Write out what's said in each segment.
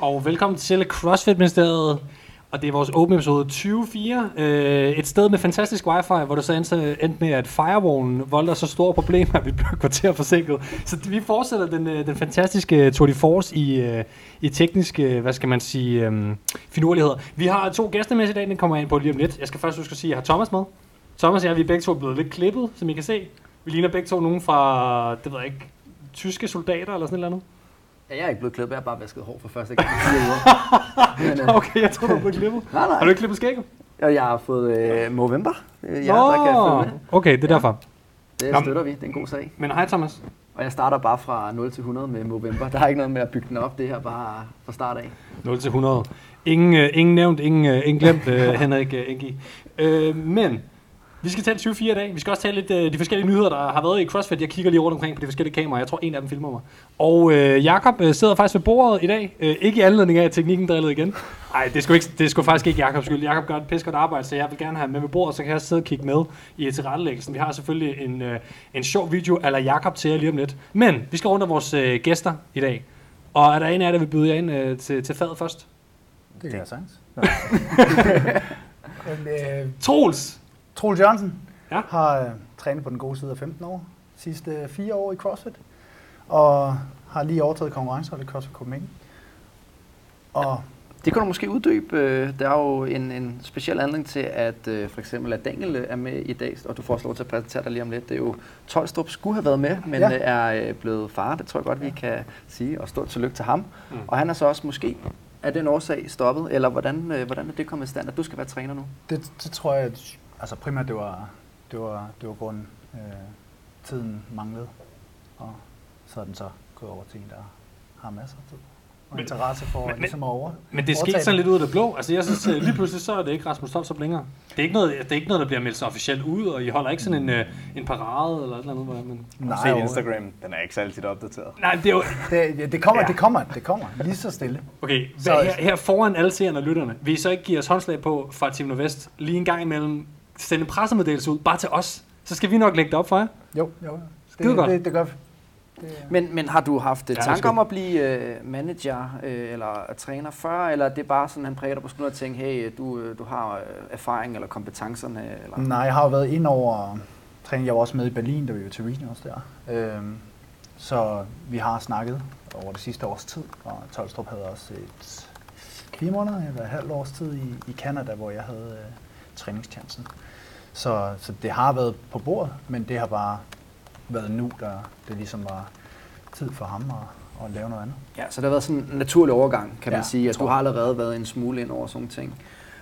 Og velkommen til CrossFit-ministeriet. Og det er vores Open Episode 24. Et sted med fantastisk wifi, hvor du så endte med, at firewallen voldte så store problemer, at vi blev kvarter forsinket. Så vi fortsætter den fantastiske Tour de Force i tekniske, hvad skal man sige, finurligheder. Vi har 2 gæster med i dag, den kommer jeg ind på lige om lidt. Jeg skal først huske at sige, at jeg har Thomas med. Thomas og jeg, vi er begge to blevet lidt klippet, som I kan se. Vi ligner begge to nogen fra, det ved jeg ikke, tyske soldater eller sådan noget. Ja, jeg er ikke blevet klippet, jeg har bare vasket hår for første gang i 4 uger. Okay, jeg tror du er blevet klippet. Nej. Har du ikke klippet skægget? Og jeg har fået Movember. Der kan jeg følge med. Okay, det er derfor. Det støtter vi, det er en god sag. Men hej Thomas. Og jeg starter bare fra 0 til 100 med Movember. Der er ikke noget med at bygge den op, det her bare fra start af. 0 til 100. Ingen nævnt, ingen glemt, Henrik Engi. Men vi skal tale 24 i dag. Vi skal også tale lidt de forskellige nyheder, der har været i CrossFit. Jeg kigger lige rundt omkring på de forskellige kameraer. Jeg tror, en af dem filmer mig. Og Jakob sidder faktisk ved bordet i dag. Ikke i anledning af, at teknikken drillede igen. Nej, det er sgu faktisk ikke Jakobs skyld. Jakob gør et pisse godt arbejde, så jeg vil gerne have med ved bordet, så kan jeg sidde og kigge med i tilrettelæggelsen. Vi har selvfølgelig en sjov video a la Jakob til jer lige om lidt. Men vi skal rundt af vores gæster i dag. Og er der en af jer, der vil byde jer ind til fadet først? Det kan jeg sagtens. Troels Jørgensen har trænet på den gode side af 15 år. Sidste 4 år i CrossFit. Og har lige overtaget konkurrenceholdet i CrossFit Copenhagen. Og det kan du måske uddybe. Der er jo en speciel anledning til, at for eksempel at Daniel er med i dag, og du får lov til at præsentere dig lige om lidt. Det er jo Tolstrup skulle have været med, men er blevet far. Det tror jeg godt, vi kan sige, og stort tillykke til ham. Og han er så også måske af den årsag stoppet, eller hvordan er det kommet i stand, at du skal være træner nu? Det tror jeg, altså primært det var grunden. Tiden manglede, og så er den så gået over til en, der har masser af tid. Og interesse for ligesom over. Men det skete sådan lidt ud af det blå. Altså jeg synes lige pludselig så er det ikke Rasmus Tolstrup længere. Det er ikke noget der bliver meldt så officielt ud, og I holder ikke sådan en parade eller et eller andet. Men nej, Instagram, den er ikke så altid opdateret. Nej, det er jo det kommer lige så stille. Okay, så her foran alle seerne og lytterne, vil I så ikke give os håndslag på fra Team Nordvest lige en gang imellem sende en pressemeddelelse ud bare til os? Så skal vi nok lægge det op for jer. Jo. Det gør vi. Men har du haft tanker om at blive manager eller træner før, eller er det bare sådan, han præger dig på skulderen og tænker, hey, du har erfaring eller kompetencerne? Eller? Nej, jeg har jo været ind over træning. Jeg var også med i Berlin, da vi var til Regionals der. Så vi har snakket over det sidste års tid, og Tolstrup havde også et 4 måneder eller et halvt års tid i Canada, hvor jeg havde træningschancen. Så det har været på bordet, men det har bare været nu, der det ligesom var tid for ham at lave noget andet. Ja, så det har været sådan en naturlig overgang, kan man sige, at du har allerede været en smule ind over sådan ting.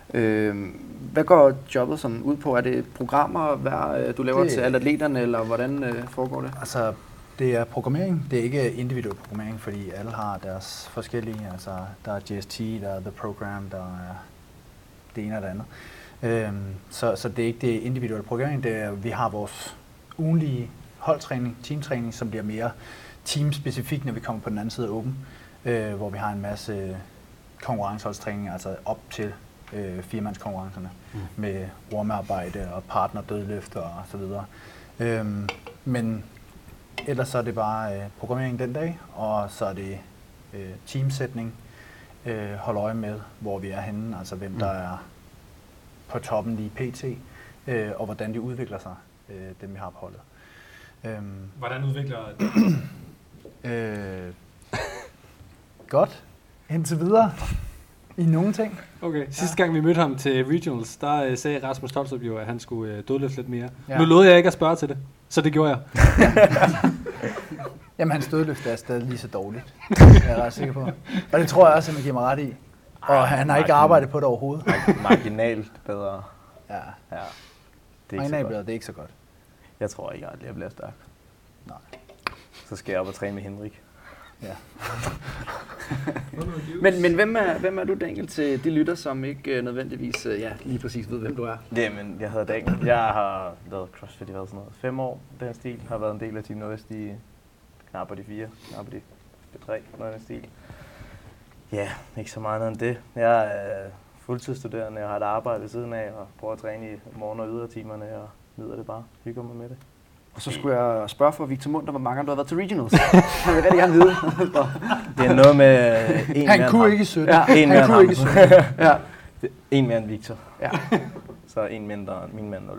Hvad går jobbet sådan ud på? Er det programmer, du laver til alle atleterne, eller hvordan foregår det? Altså, det er programmering. Det er ikke individuel programmering, fordi alle har deres forskellige. Altså, der er GST, der er The Program, der er det ene eller det andet. Så det er ikke det individuelle programmering. Det er, vi har vores ugenlige holdtræning, teamtræning, som bliver mere teamspecifik, når vi kommer på den anden side af Open, hvor vi har en masse konkurrenceholdstræning, altså op til 4-mandskonkurrencerne med rumarbejde og partnerdødløft og så videre. Men ellers så er det bare programmering den dag, og så er det teamsætning, holde øje med, hvor vi er henne, altså hvem der er på toppen lige pt, og hvordan de udvikler sig, dem vi har på holdet. Hvordan udvikler det? Godt. Indtil videre. I nogle ting. Okay. Sidste gang vi mødte ham til Regionals, der sagde Rasmus Tolstrup jo, at han skulle dødløfte lidt mere. Ja. Nu lovede jeg ikke at spørge til det, så det gjorde jeg. Jamen hans dødløft er stadig lige så dårligt. Jeg er ret sikker på. Og det tror jeg også, at man giver mig ret i. Og han har ikke arbejdet på det overhovedet. Marginalt bedre. Ja. Det er marginalt bedre, det er ikke så godt. Jeg tror ikke, at jeg bliver stærk. Nej. Så skal jeg op og træne med Henrik. Ja. men hvem er du, Daniel, til de lytter, som ikke nødvendigvis lige præcis ved, hvem du er? Jamen, jeg hedder Daniel. Jeg har lavet CrossFit i sådan noget 5 år, den stil. Har været en del af Team Nordvest i knap på de 4, knap på de 3, noget af den stil. Ja, ikke så meget andet end det. Jeg er fuldtidsstuderende, jeg har et arbejde ved siden af, og prøver at træne i morgen- og ydertimerne, og nyder det bare. Hygger mig med det. Og så skulle jeg spørge for Victor Munter, hvor mange du har været til regionals. Han vil rigtig gerne vide. Det er noget med en Han kunne ikke i 17. Ja, Han kunne ikke i 17. Ja. En mere end Victor. Ja. Så en mindre end min mand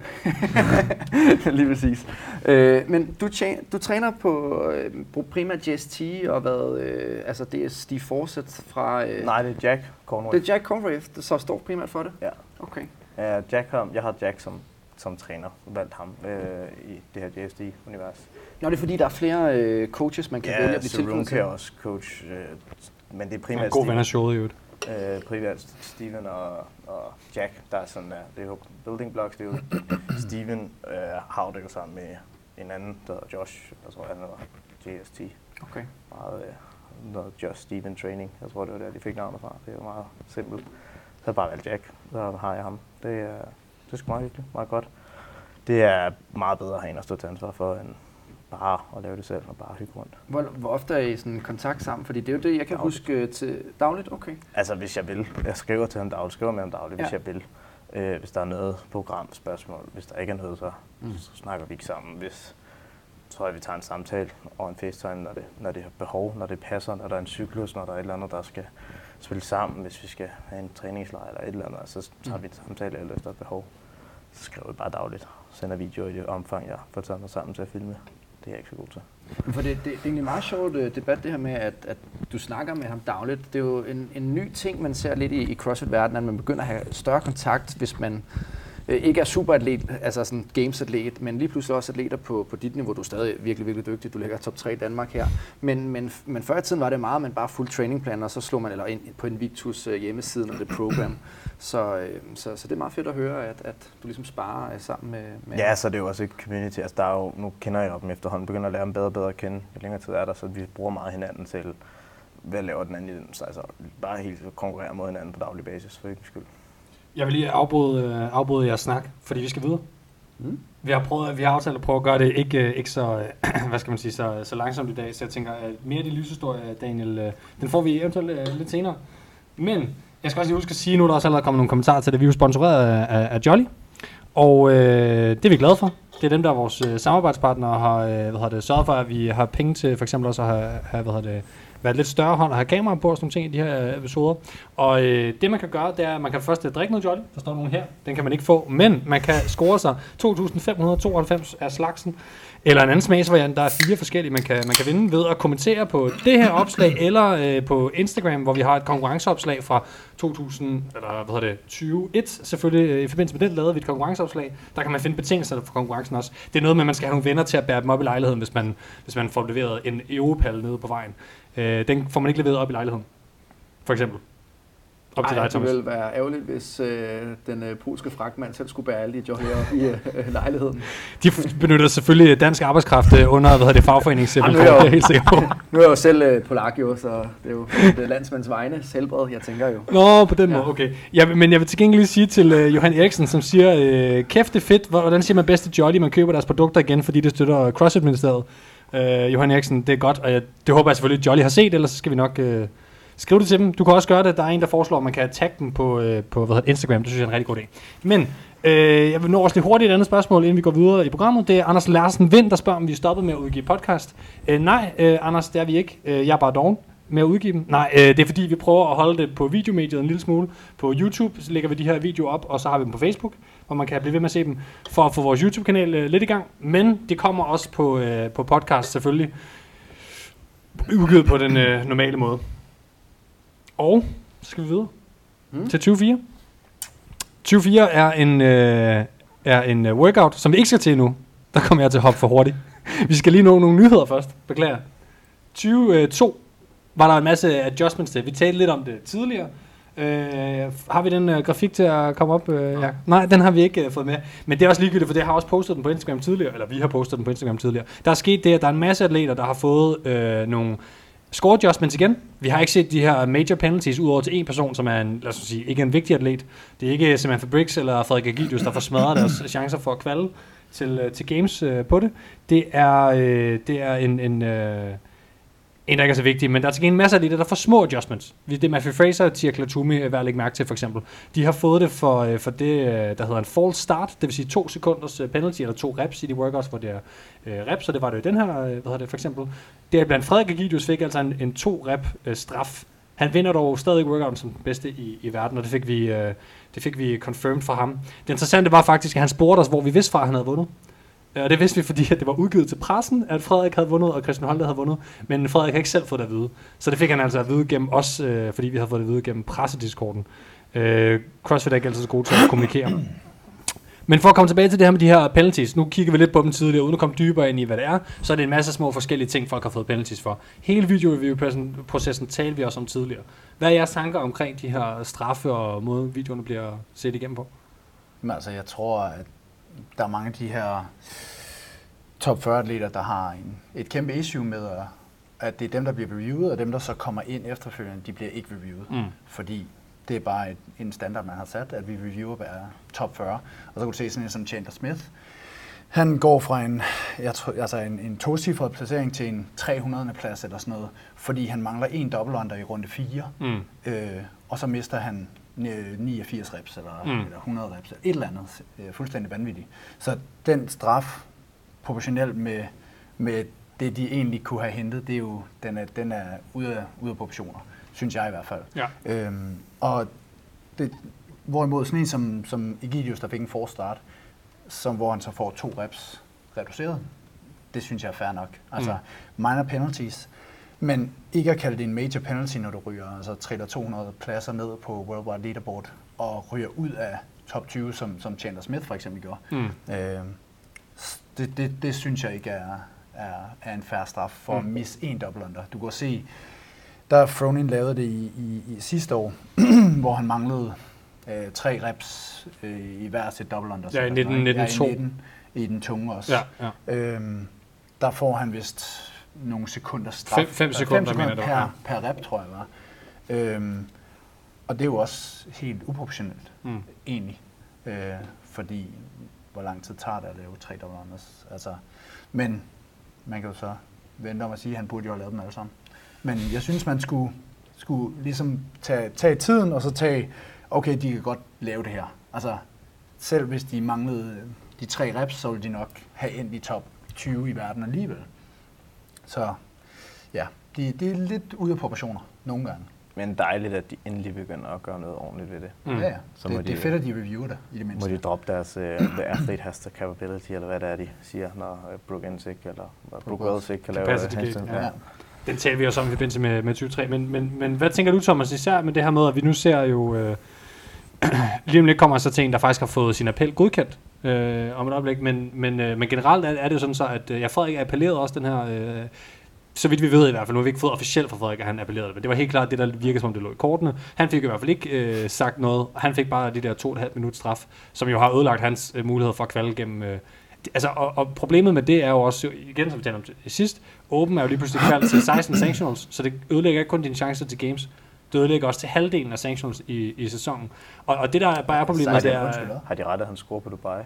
0. Lige præcis. Men du træner på primært JST og hvad, altså det er Steve Forsett fra... Nej, det er Jack Conway. Det er Jack Conway, der så står primært for det? Ja. Okay. Jeg har Jack som træner, valgt ham i det her JST-univers. Nå, det er fordi, der er flere coaches, man kan vælge at blive tilknyttet til. Ja, også coach, men det er primært god ven af showet i øvrigt. Primært Steven og Jack, der er sådan, det er jo building blocks, det er jo Steven har det jo sammen med en anden, der hedder Josh, jeg tror han hedder JST. Okay. Meget Just Steven Training, jeg tror det var der, de fik navnet fra, det er jo meget simpelt. Så har jeg bare valgt Jack, så har jeg ham. Det er sgu meget hyggeligt, meget godt. Det er meget bedre at have en at stå til ansvar for, end bare at lave det selv og bare hygge rundt. Hvor ofte er I sådan kontakt sammen? Fordi det er jo det, jeg kan huske til dagligt. Okay. Altså hvis jeg vil. Jeg skriver til ham dagligt, skriver med ham dagligt, hvis jeg vil. Hvis der er noget programspørgsmål, hvis der ikke er noget, så snakker vi ikke sammen. Hvis tror jeg, vi tager en samtale og en FaceTime, når det har behov, når det passer, når der er en cyklus, når der er et eller andet, der skal spille sammen, hvis vi skal have en træningslejr eller et eller andet, så tager vi en samtale eller efter et behov. Så skriver vi bare dagligt, sender videoer i det omfang, jeg får taget mig sammen til at filme. Det er jeg ikke så god til. For det er egentlig meget sjovt debat, det her med, at du snakker med ham dagligt. Det er jo en ny ting, man ser lidt i CrossFit-verdenen, at man begynder at have større kontakt, hvis man ikke er superatlet, altså sådan gamesatlet, men lige pludselig også atleter på dit niveau. Du er stadig virkelig, virkelig dygtig. Du ligger top 3 i Danmark her. Men før i tiden var det meget, man bare fuldt trainingplan, og så slog man eller ind på Invictus hjemmesiden og det program. Så det er meget fedt at høre, at du ligesom sparer sammen med Ja, så det er jo også et community. Altså, der er jo, nu kender jeg dem efterhånden, begynder at lære dem bedre og bedre at kende. Jo længere tid er der, så vi bruger meget hinanden til, hvad laver den anden i den. Så altså, bare helt konkurrere mod hinanden på daglig basis, for egen skyld. Jeg vil lige afbryde jeres snak, fordi vi skal videre. Vi har aftalt at prøve at gøre det ikke så, hvad skal man sige, så langsomt i dag, så jeg tænker, at mere af de lyshistorier, Daniel, den får vi eventuelt lidt senere. Men jeg skal også lige huske at sige, nu er der også allerede kommet nogle kommentarer til det. Vi er jo sponsoreret af Jolly, og det er vi glade for. Det er dem, der er vores samarbejdspartnere og har sørget for, at vi har penge til for eksempel også at have været lidt større hånd og have kamera på og sådan nogle ting i de her episoder. Og det man kan gøre, det er, at man kan først drikke noget Jolly. Der står nogen her. Den kan man ikke få, men man kan score sig 2.592 af slagsen. Eller en anden smagsvariant, der er 4 forskellige, man kan vinde ved at kommentere på det her opslag, eller på Instagram, hvor vi har et konkurrenceopslag fra 2021. Selvfølgelig i forbindelse med den lavede vi et konkurrenceopslag. Der kan man finde betingelserne for konkurrencen også. Det er noget med, at man skal have nogle venner til at bære dem op i lejligheden, hvis man får leveret en Europal nede på vejen. Den får man ikke leveret op i lejligheden, for eksempel. Op til dig, Thomas. Det ville være ærgerligt, hvis den polske fragtmand selv skulle bære alle de jolly op i lejligheden. De benytter selvfølgelig dansk arbejdskraft under fagforeningsvilkår, det er jeg helt sikker på. Nu er jeg jo selv polak, jo, så det er jo det landsmands vegne selvbred, jeg tænker jo. Nå, på den måde, okay. Men jeg vil til gengæld lige sige til Johan Eriksen, som siger, kæft det er fedt, hvordan siger man bedst til Jolly, man køber deres produkter igen, fordi det støtter CrossFit-ministeriet. Johan Eriksen, det er godt, og det håber jeg selvfølgelig, at Jolly har set, ellers så skal vi nok skrive det til dem. Du kan også gøre det. Der er en, der foreslår, at man kan tagge dem på Instagram. Det synes jeg er en rigtig god idé. Men jeg vil nå også lige hurtigt et andet spørgsmål, inden vi går videre i programmet. Det er Anders Larsen Vind, der spørger, om vi er stoppet med at udgive podcast. Nej, Anders, det er vi ikke. Jeg er bare doven med at udgive dem. Nej, det er fordi, vi prøver at holde det på videomediet en lille smule. På YouTube så lægger vi de her videoer op, og så har vi dem på Facebook, hvor man kan blive ved med at se dem, for at få vores YouTube-kanal lidt i gang. Men det kommer også på podcast selvfølgelig, udgivet på den normale måde. Og så skal vi videre til 24. 24 er en workout, som vi ikke skal til nu. Der kommer jeg til at hoppe for hurtigt. Vi skal lige nå nogle nyheder først. Beklager. 22 var der en masse adjustments til. Vi talte lidt om det tidligere. Har vi den grafik til at komme op? Ja. Nej, den har vi ikke fået med. Men det er også ligegyldigt, for det har også postet den på Instagram tidligere. Eller vi har postet den på Instagram tidligere. Der er sket det, at der er en masse atleter, der har fået nogle score adjustments igen. Vi har ikke set de her major penalties ud over til en person, som er lad os sige, ikke en vigtig atlet. Det er ikke Samantha Briggs eller Frederik Agidius, der får smadret deres chancer for at kvalde til games på det. Det er En, der ikke er så vigtig, men der er til en masse af det, der får små adjustments. Det er Matthew Fraser og Tia Klatumi, værd at lægge mærke til for eksempel. De har fået det for det, der hedder en false start, det vil sige 2 sekunders penalty, eller 2 reps i de workouts, hvor det er reps, så det var det jo den her, for eksempel. Det er blandt Frederik Egidius fik altså en 2 rep straf. Han vinder dog stadig workouten som den bedste i verden, og det fik vi confirmed fra ham. Det interessante var faktisk, at han spurgte os, hvor vi vidste fra, at han havde vundet. Og det vidste vi, fordi at det var udgivet til pressen, at Frederik havde vundet, og Christian Holte havde vundet. Men Frederik havde ikke selv fået det at vide. Så det fik han altså at vide gennem os, fordi vi havde fået det at vide gennem pressediscorden. CrossFit er ikke altid så god til at kommunikere. Men for at komme tilbage til det her med de her penalties, nu kigger vi lidt på dem tidligere, uden at komme dybere ind i, hvad det er, så er det en masse små forskellige ting, folk har fået penalties for. Hele video-review-processen talte vi også om tidligere. Hvad er jeres tanker omkring de her straffe og måden, videoerne bliver set igennem på? Men altså, jeg tror, at der er mange af de her top 40 atleter, der har et kæmpe issue med, at det er dem, der bliver reviewet, og dem, der så kommer ind efterfølgende, de bliver ikke reviewet. Fordi det er bare en standard, man har sat, at vi reviewer bare top 40. Og så kan du se sådan en som Chandler Smith. Han går fra en tocifret placering til en 300. plads eller sådan noget, fordi han mangler en double under i runde 4. Og så mister han 89 reps eller 100 reps, et eller andet fuldstændig vanvittigt. Så den straf, proportionelt med det, de egentlig kunne have hentet, det er jo, den er ude af proportioner, synes jeg i hvert fald. Ja. Og det, hvorimod sådan en som Egidius, der fik en forstart, hvor han så får 2 reps reduceret, det synes jeg er fair nok. Altså minor penalties, men ikke at kalde det en major penalty, når du ryger, altså triller 200 pladser ned på Worldwide Leaderboard og ryger ud af top 20, som Chandler Smith for eksempel gjorde. Det synes jeg ikke er en fair straf for at misse en double under. Du kan se, der Fronin lavede det i sidste år, hvor han manglede 3 reps i hver sit double under. Ja, i 19 i den tunge også. Ja. Der får han vist nogle sekunder straf. 5 sekunder per rep, tror jeg var. Og det er jo også helt uproportionelt, egentlig. Fordi, hvor lang tid tager det at lave 3 double unders? Altså, men man kan jo så vente om at sige, at han burde jo have lavet dem alle sammen. Men jeg synes, man skulle ligesom tage tiden, og så tage, okay, de kan godt lave det her. Altså, selv hvis de manglede de 3 reps, så ville de nok have endt i top 20 i verden alligevel. Så ja, det er lidt ude af proportioner nogle gange. Men dejligt, at de endelig begynder at gøre noget ordentligt ved det. Ja. Så det er fedt, at de reviewer det, i det mindste. Må de droppe deres the athlete has the capability, eller hvad det er, de siger, når Brooke Ensick eller Brooke Wells ikke kan lave det. Ja. Den taler vi også om i forbindelse med 23. Men hvad tænker du, Thomas, især med det her med, at vi nu ser jo... lige om lidt kommer så til en, der faktisk har fået sin appel godkendt om et øjeblik, men generelt er det jo sådan så, at Frederik appellerede også den her... så vidt vi ved i hvert fald, nu har vi ikke fået officielt fra Frederik, at han appellerede det, men det var helt klart det, der virker som det lå i kortene. Han fik i hvert fald ikke sagt noget, han fik bare de der 2,5 minutter straf, som jo har ødelagt hans mulighed for at kvalde gennem... og problemet med det er jo også, igen som vi talte om sidst, Open er jo lige pludselig kvaldt til 16 sanctionals, så det ødelægger ikke kun dine chancer til games, det ødelægger også til halvdelen af sanctionals i sæsonen. Og det der bare er problemet, det er... Har de ret, at han scorer på Dubai?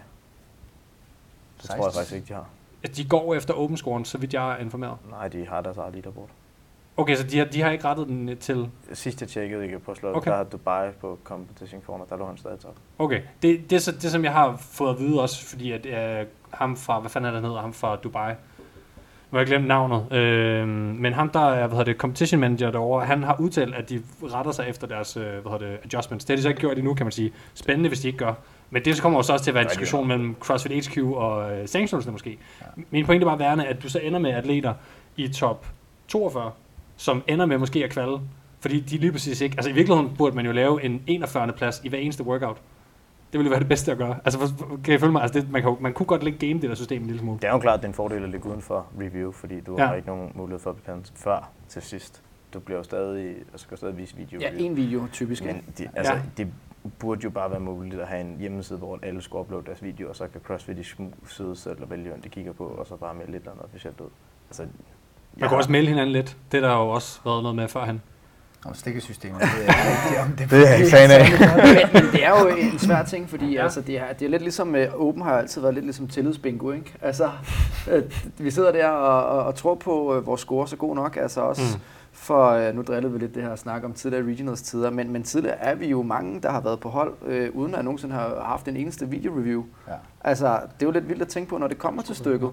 Det tror jeg faktisk ikke, de har. De går efter Open-scoren, så vidt jeg er informeret. Nej, de har deres eget leaderboard. Okay, så de har ikke rettet den til... Sidst jeg tjekkede ikke på slået, der har Dubai på Competition Corner, der lå han stadig top. Okay, det som jeg har fået at vide også, fordi at ham fra, hvad fanden er det hedder, ham fra Dubai, må jeg glemme navnet, men ham der er, competition manager derovre, han har udtalt, at de retter sig efter deres, adjustments. Det har de så ikke gjort endnu, kan man sige. Spændende, hvis de ikke gør. Men det så kommer også til at være en diskussion mellem CrossFit HQ og sanctionsene måske. Ja. Min pointe er bare værende, at du så ender med atleter i top 42, som ender med måske at kvalde, fordi de lige præcis ikke... Altså i virkeligheden burde man jo lave en 41. plads i hver eneste workout. Det ville være det bedste at gøre. Altså kan jeg følge mig? Altså man kunne godt lægge game det der system en lille smule. Det er jo klart, det er en fordel at ligge uden for review, fordi du har ikke nogen mulighed for at blive før til sidst. Du bliver jo stadig, skal stadig vise video. Ja, en video typisk. Men det burde jo bare være muligt at have en hjemmeside, hvor alle skulle uploade deres video, og så kan CrossFit i sidde selv og vælge, om de kigger på, og så bare melde lidt noget officielt ud. Altså, man kan også melde hinanden lidt. Det der jo også været noget med førhen. Og stikkesystemet, det er ikke rigtigt, om det Det er jeg ikke fan af. Men det er jo en svær ting, fordi altså, det er lidt ligesom, Open har altid været lidt ligesom tillidsbingo, ikke? Altså, vi sidder der og tror på, vores score er så god nok, altså også for, nu drillede vi lidt det her snak om tidligere regionals tider, men tidligere er vi jo mange, der har været på hold, uden at nogensinde har haft en eneste video-review. Ja. Altså, det er jo lidt vildt at tænke på, når det kommer til stykket.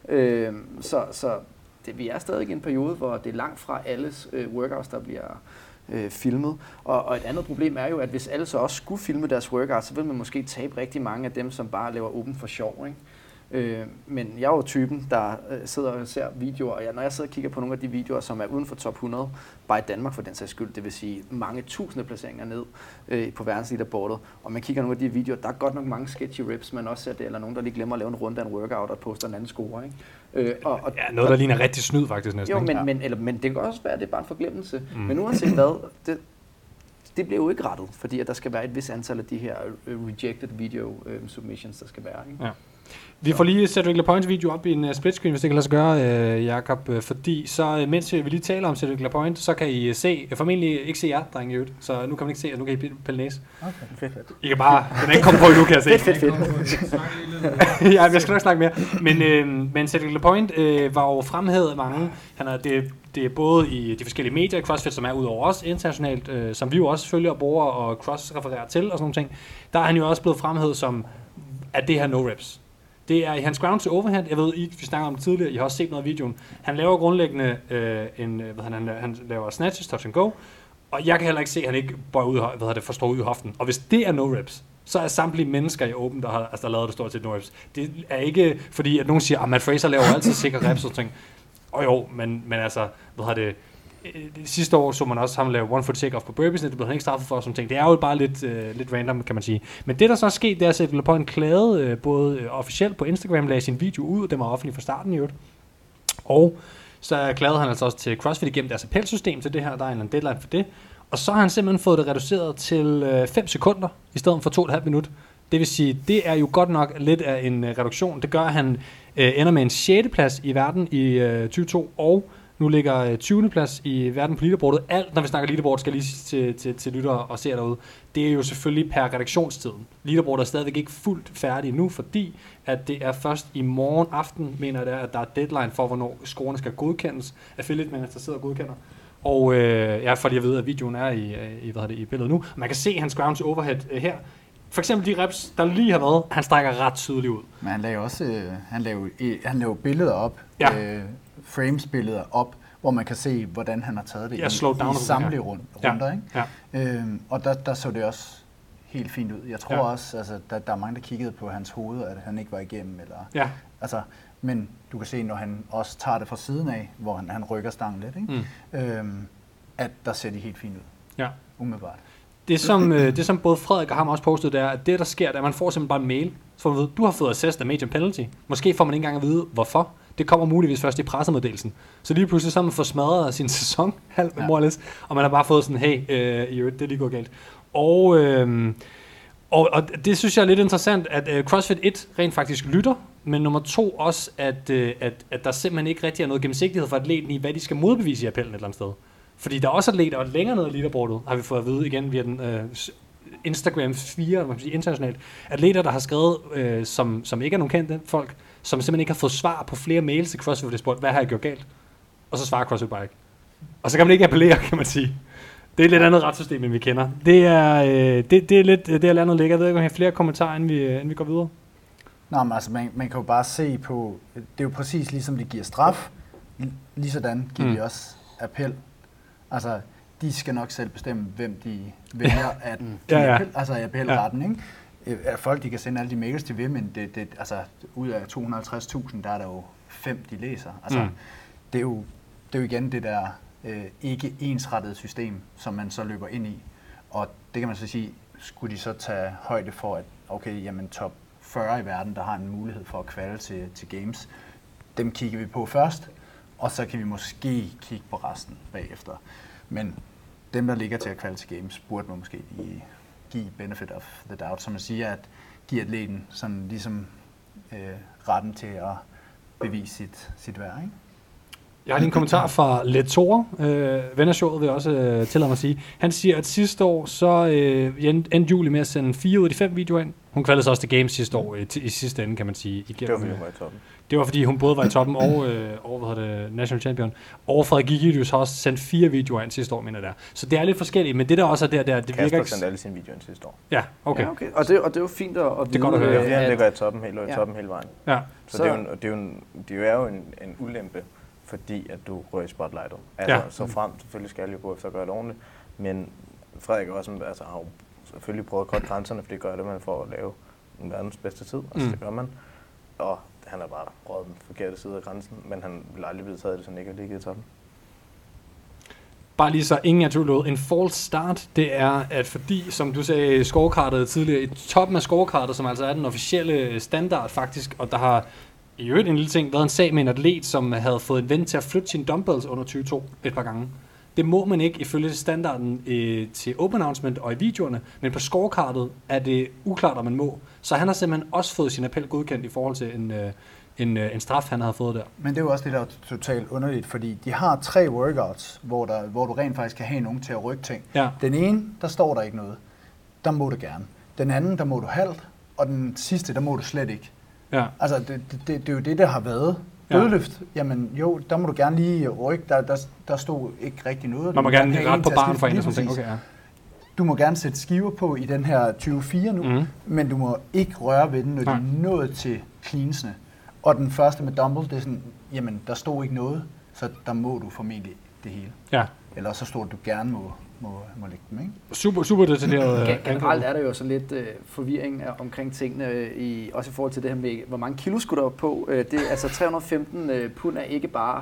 Vi er stadig i en periode, hvor det er langt fra alles workouts, der bliver filmet. Og et andet problem er jo, at hvis alle så også skulle filme deres workouts, så vil man måske tabe rigtig mange af dem, som bare laver åben for sjov, ikke? Men jeg er jo typen, der sidder og ser videoer, og når jeg sidder og kigger på nogle af de videoer, som er uden for top 100, bare i Danmark for den sags skyld, det vil sige mange tusinde placeringer ned på verdensleaderboardet, og man kigger nogle af de videoer, der er godt nok mange sketchy rips, man også ser det, eller nogen, der lige glemmer at lave en runde af en workout og poster en anden score, ikke? Noget, der ligner rigtig snyd faktisk næsten. Jo, men det kan også være, at det er bare en forglemmelse. Men uanset hvad, det bliver jo ikke rettet, fordi at der skal være et vis antal af de her rejected video submissions, der skal være, ikke? Ja. Vi får lige Cedric Lapointes video op i en split screen, hvis det kan lade sig gøre, Jakob, fordi så mens vi lige taler om Cedric Lapointe, så kan I se, formentlig ikke se jer, drenge i øvrigt, så nu kan man ikke se, at nu kan I pille næse. Okay, fedt. I kan bare, den er ikke kommet på endnu, kan jeg se. Fedt. Ja, jeg skal nok snakke mere. Men Cedric Lapointe var jo fremhævet af mange. Det er både i de forskellige medier, CrossFit, som er ud over os internationalt, som vi jo også følger og bruger og cross-refererer til og sådan nogle ting. Der er han jo også blevet fremhævet som, at det her no reps. Det er i hans ground to overhead. Jeg ved, vi snakker om det tidligere. I har også set noget af videoen. Han laver grundlæggende han laver snatches, touch and go. Og jeg kan heller ikke se, at han ikke bøjer ud, forstår ud i hoften. Og hvis det er no reps, så er samtlige mennesker i Open, der har lavet det stort set no reps. Det er ikke fordi, at nogen siger, at Matt Fraser laver altid sikre reps og ting. Men altså, sidste år så man også ham lave one foot take-off på burpees, det blev han ikke straffet for, sådan ting. Det er jo bare lidt random, kan man sige. Men det, der så er sket, det er, at Cedric Lapointe klagede både officielt på Instagram, lagde sin video ud, og den var offentlig fra starten i øvrigt. Og så klagede han altså også til CrossFit igennem deres appelsystem til det her, der er en deadline for det. Og så har han simpelthen fået det reduceret til 5 sekunder, i stedet for 2,5 minutter. Det vil sige, det er jo godt nok lidt af en reduktion. Det gør, at han ender med en 6. plads i verden i 2022, og nu ligger 20. plads i verden på leaderboardet. Alt, når vi snakker leaderboard, skal lige til lyttere og se derude. Det er jo selvfølgelig per redaktionstiden. Leaderboardet er stadigvæk ikke fuldt færdig nu, fordi at det er først i morgen aften, mener jeg, at der er deadline for, hvornår scorene skal godkendes. Affiliate manager sidder og godkender. Og fordi jeg ved, at videoen er i billedet nu. Man kan se hans ground to overhead her. For eksempel de reps, der lige har været, han strækker ret tydeligt ud. Men han laver også han laver billeder op, frames-billeder op, hvor man kan se, hvordan han har taget det i samtlige runder. Ikke? Ja. Og der så det også helt fint ud. Jeg tror også, altså, der er mange, der kiggede på hans hoved, at han ikke var igennem. Altså, men du kan se, når han også tager det fra siden af, hvor han rykker stangen lidt, ikke? At der ser de helt fint ud. Ja. Umiddelbart. Det som både Frederik og ham også postet, det er, at det der sker, det er, at man får simpelthen bare en mail, så man ved, du har fået assessed af major penalty. Måske får man ikke engang at vide, hvorfor. Det kommer muligvis først i pressemeddelelsen. Så lige pludselig så har man fået smadret sin sæson, og man har bare fået sådan, hey, det er lige gået galt. Og det synes jeg er lidt interessant, at CrossFit 1 rent faktisk lytter, men nummer 2 også, at der simpelthen ikke rigtig er noget gennemsigtighed for atleten i, hvad de skal modbevise i appellen et eller andet sted. Fordi der er også atleter, og længere ned i leaderboardet, har vi fået at vide igen via den Instagram 4, man kan sige internationalt, atleter, der har skrevet, som ikke er nogen kendte folk, som simpelthen ikke har fået svar på flere mails til CrossFit, hvor de spurgte, hvad har jeg gjort galt? Og så svarer CrossFit bare ikke. Og så kan man ikke appellere, kan man sige. Det er et lidt andet retssystem, end vi kender. Det er lidt det, jeg landet ligger. Jeg ved ikke, om jeg har flere kommentarer, inden vi går videre. Nå, men altså, man kan jo bare se på, det er jo præcis ligesom de giver straf, lige sådan giver de også appel. Altså, de skal nok selv bestemme, hvem de vælger at altså appelretten, ikke? Folk, de kan sende alle de mails til ved, men altså, ud af 250.000, der er der jo 5, de læser. Altså, det er jo igen det der ikke ensrettede system, som man så løber ind i. Og det kan man så sige, skulle de så tage højde for, at okay, jamen top 40 i verden, der har en mulighed for at kvalde til games, dem kigger vi på først, og så kan vi måske kigge på resten bagefter. Men dem, der ligger til at kvalde til games, burde man måske give benefit of the doubt, som man siger, at give atleten sådan ligesom retten til at bevise sit værd, ikke? Jeg har lige en kommentar fra Letore, ven af showet vil jeg også tillade mig at sige. Han siger, at sidste år så endte Julie med at sende 4 ud af de 5 videoer ind. Hun kvalede sig også til Games sidste år, i sidste ende kan man sige. Det var fordi hun var i toppen. Det var fordi hun både var i toppen og National Champion. Og Frederik Gigidius har også sendt 4 videoer ind sidste år, mener jeg. Så det er lidt forskelligt, men det der også er det Kasper virker ikke... sendte alle sine videoer ind sidste år. Ja, okay. Ja, okay. Og det er jo fint at vide. Det er godt at høre. Han ligger i toppen hele vejen. Ja. Så det er jo en ulempe, fordi at du rører i spotlightet. Altså, så frem selvfølgelig skal jeg jo gå efter at gøre det ordentligt, men Frederik også, altså, har jo selvfølgelig prøvet at korte grænserne, for det gør det, man får at lave en verdens bedste tid. Altså, det gør man. Og han har bare prøvet den forkerte side af grænsen, men han vil aldrig blive taget det, så han ikke har ligget i toppen. Bare lige så ingen er tvivl. En false start, det er, at fordi, som du sagde, scorekartet tidligere, i toppen af scorekartet, som altså er den officielle standard faktisk, og der har i øvrigt en lille ting været en sag med en atlet, som havde fået en ven til at flytte sine dumbbells under 20-2 et par gange. Det må man ikke ifølge standarden til open announcement og i videoerne, men på scorekartet er det uklart, om man må. Så han har simpelthen også fået sin appel godkendt i forhold til en straf, han havde fået der. Men det er jo også det, der er totalt underligt, fordi de har 3 workouts, hvor du rent faktisk kan have nogen til at rykke ting. Ja. Den ene, der står der ikke noget. Der må du gerne. Den anden, der må du halvt, og den sidste, der må du slet ikke. Ja. Altså, det er jo det, der har været. Dødløft, jamen jo, der må du gerne lige rykke. Der stod ikke rigtig noget. Man må gerne rette på barn for en og sådan ting. Okay, ja. Du må gerne sætte skiver på i den her 24 nu, men du må ikke røre ved den, når du er nået til cleansene. Og den første med dumbbell, det er sådan, jamen der stod ikke noget, så der må du formentlig det hele. Ja. Eller så stod du gerne må lægge dem, ikke? Super detaljeret. Generelt er der jo så lidt forvirring omkring tingene, også i forhold til det her med, hvor mange kilo skulle der op på. Det, altså 315 pund er ikke bare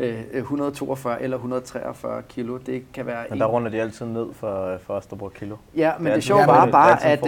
142 eller 143 kilo. Det kan være... Men der runder de altid ned for os, der bruger kilo. Ja, men det sjove var bare, at...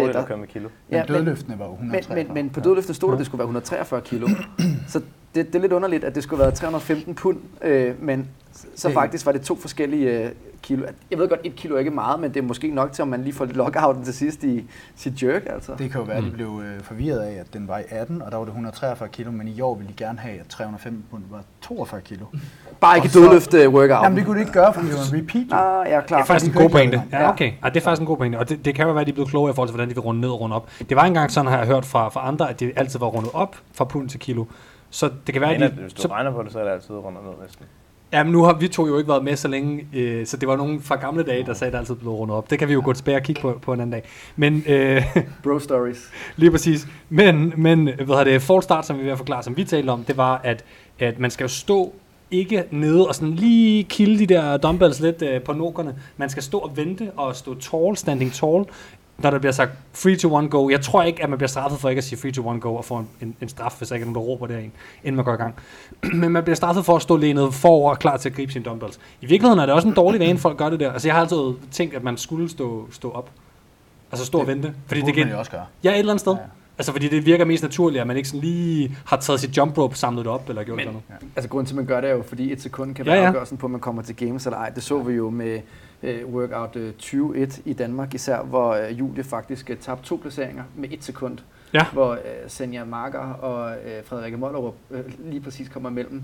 Men dødløftene var jo 143. Men på dødløftene stod der, at det skulle være 143 kilo. Så det er lidt underligt, at det skulle være 315 pund, men så faktisk var det 2 forskellige kilo. Jeg ved godt, 1 kilo er ikke meget, men det er måske nok til, om man lige får lockouten til sidst i sit jerk. Altså. Det kan jo være, at de blev forvirret af, at den var i 18, og der var det 143 kilo, men i år ville de gerne have, at 315 pund var 42 kilo. Bare ikke dødløft workout. Jamen det kunne de ikke gøre, for det var en repeat. Ja, klar. Det er faktisk en god pointe. Ja, okay. Det er faktisk en god pointe, og det kan jo være, at de er blevet klogere i forhold til, hvordan de vil runde ned og runde op. Det var engang sådan, har jeg hørt fra andre, at det altid var rundet op fra pund til kilo. Så det kan være, at hvis du regner på det, så er det altid rundet ned næsten. Jamen nu har vi to jo ikke været med så længe, så det var nogen fra gamle dage, der sagde, at det altid blev rundet op. Det kan vi jo gå tilbage og kigge på en anden dag. Men, bro stories. Lige præcis. Men false start, som vi vil forklare, som vi talte om, det var, at man skal jo stå ikke nede og sådan lige kilde de der dumbbells lidt på nokerne. Man skal stå og vente og stå tall, standing tall, når der bliver sagt free to one go. Jeg tror ikke, at man bliver straffet for ikke at sige free to one go og få en straf, hvis der ikke er nogen, der råber derind, inden man går i gang. Men man bliver straffet for at stå lænet forover og klar til at gribe sine dumbbells. I virkeligheden er det også en dårlig vane, folk gør det der. Altså jeg har altid tænkt, at man skulle stå op. Altså stå og vente. Fordi det kan man jo også gøre. Ja, et eller andet sted. Ja. Altså fordi det virker mest naturligt, at man ikke sådan lige har taget sit jump rope, samlet det op eller gjort noget. Ja. Altså grunden til, at man gør det er jo, fordi 1 sekund kan være afgørelsen på, at man kommer til games eller ej. Det så vi jo med workout 21 i Danmark især, hvor Julie faktisk tabte 2 placeringer med 1 sekund. Ja. Hvor Senja Marker og Frederikke Mollerup lige præcis kommer mellem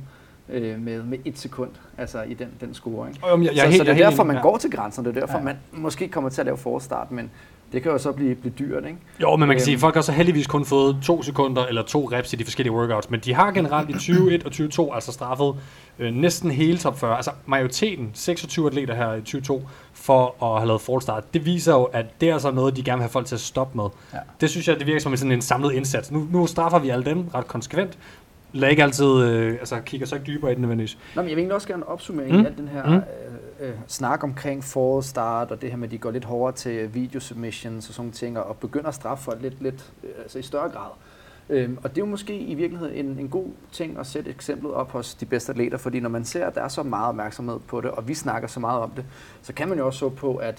med 1 sekund, altså i den scoring. Så det er derfor, man går til grænsen, det er derfor, man måske kommer til at lave forstart, men det kan jo så blive dyrt, ikke? Jo, men man kan sige, at folk har så heldigvis kun fået 2 sekunder eller 2 reps i de forskellige workouts, men de har generelt i 2021 og 2022 altså straffet næsten hele top 40, altså majoriteten, 26 atleter her i 2022, for at have lavet false start. Det viser jo, at det er altså noget, de gerne vil have folk til at stoppe med. Ja. Det synes jeg, det virker som sådan en samlet indsats. Nu straffer vi alle dem ret konsekvent. Lad ikke altid, kigger så ikke dybere i den nødvendigvis. Nå, men jeg vil egentlig også gerne opsummere i alt den her snak omkring false start, og det her med, at de går lidt hårdere til video submissions og sådan ting, og begynder at straffe folk lidt altså i større grad. Og det er jo måske i virkeligheden en god ting at sætte eksemplet op hos de bedste atleter, fordi når man ser, at der er så meget opmærksomhed på det, og vi snakker så meget om det, så kan man jo også så på, at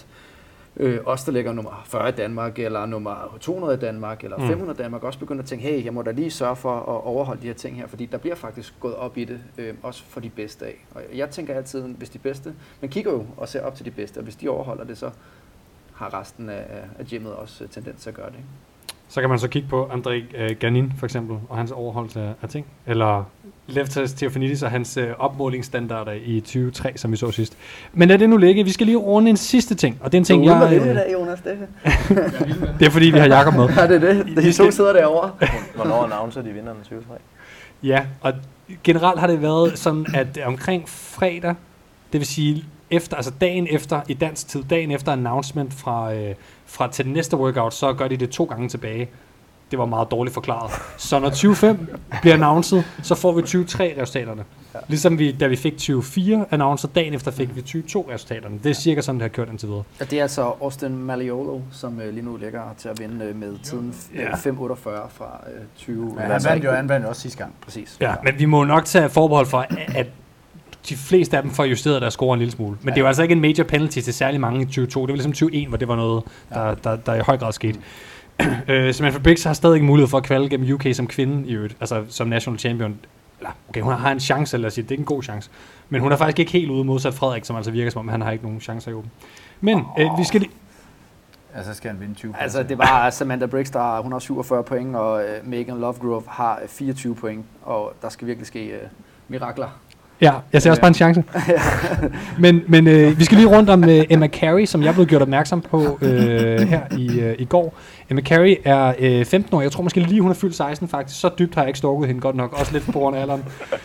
os, der ligger nummer 40 i Danmark, eller nummer 200 i Danmark, eller 500 i Danmark, også begynder at tænke, hey, jeg må da lige sørge for at overholde de her ting her, fordi der bliver faktisk gået op i det, også for de bedste af. Og jeg tænker altid, hvis de bedste, man kigger jo og ser op til de bedste, og hvis de overholder det, så har resten af gymmet også tendens til at gøre det. Ikke? Så kan man så kigge på André Ganin for eksempel, og hans overholdelse af ting. Eller Leftas Theofanidis og hans opmålingsstandarder i 2023, som vi så sidst. Men lad det nu ligge. Vi skal lige runde en sidste ting, og det er en ting, du er ude der, Jonas, det. Det er fordi, vi har Jakob med. Ja, det er det. De to sidder derovre. Hvornår annoncer de vinderne 23? Ja, og generelt har det været sådan, at omkring fredag, det vil sige efter, altså dagen efter, i dansk tid, dagen efter announcement fra til den næste workout, så gør de det 2 gange tilbage. Det var meget dårligt forklaret. Så når 25 bliver announced, så får vi 23-resultaterne. Ja. Ligesom da vi fik 24 announced, dagen efter fik vi 22-resultaterne. Det er cirka sådan, det har kørt indtil videre. Ja, det er altså Austin Malleolo, som lige nu ligger til at vinde med tiden 5.48 fra 20. Ja, han vandt jo også sidste gang. Præcis. Ja, men vi må nok tage forbehold for, at de fleste af dem får justeret deres score en lille smule. Men det er jo altså ikke en major penalty til særlig mange i 2022. Det var ligesom 2021, hvor det var noget, der i høj grad skete. Samantha Briggs har stadig ikke mulighed for at kvalde gennem UK som kvinde i øvrigt, altså som national champion. Okay, hun har en chance, eller sige, det er ikke en god chance. Men hun er faktisk ikke helt ude modsat Frederik, som altså virker som om, han har ikke nogen chancer i åben. Men vi skal lige... Altså skal han vinde 20 point. Altså det var Samantha Briggs, der har 147 point, og Megan Lovegrove har 24 point, og der skal virkelig ske mirakler. Ja, jeg ser også bare en chance. men vi skal lige rundt om Emma Carey, som jeg blev gjort opmærksom på her i går. Emma Carey er 15 år. Jeg tror måske lige, hun er fyldt 16 faktisk. Så dybt har jeg ikke stalket hende godt nok. Også lidt på grund af alderen.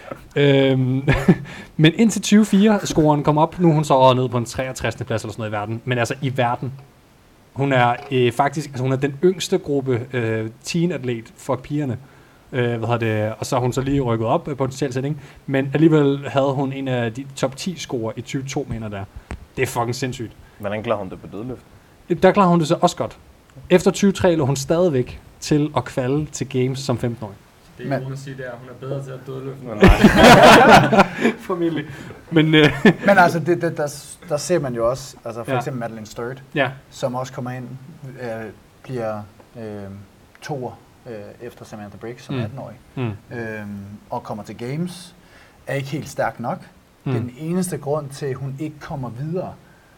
Men indtil 24-scoren kom op, nu er hun så ned på en 63. plads eller sådan noget i verden. Men altså i verden. Hun er faktisk hun er den yngste gruppe teen-atlet for pigerne. Og så har hun så lige rykket op på en sætning, men alligevel havde hun en af de top 10 scorer i 2022, mener der. Det er fucking sindssygt. Hvordan klarer hun det på dødløft? Der klarer hun det så også godt. Efter 2023 lå hun stadigvæk til at kvalde til games som 15-årig. Det er hun at sige, at hun er bedre til at dødløfte. Formentlig. Men altså, der ser man jo også, altså for eksempel Madeleine Sturt, som også kommer ind, bliver toer efter Samantha Briggs som 18-årig, og kommer til games, er ikke helt stærk nok. Den eneste grund til, at hun ikke kommer videre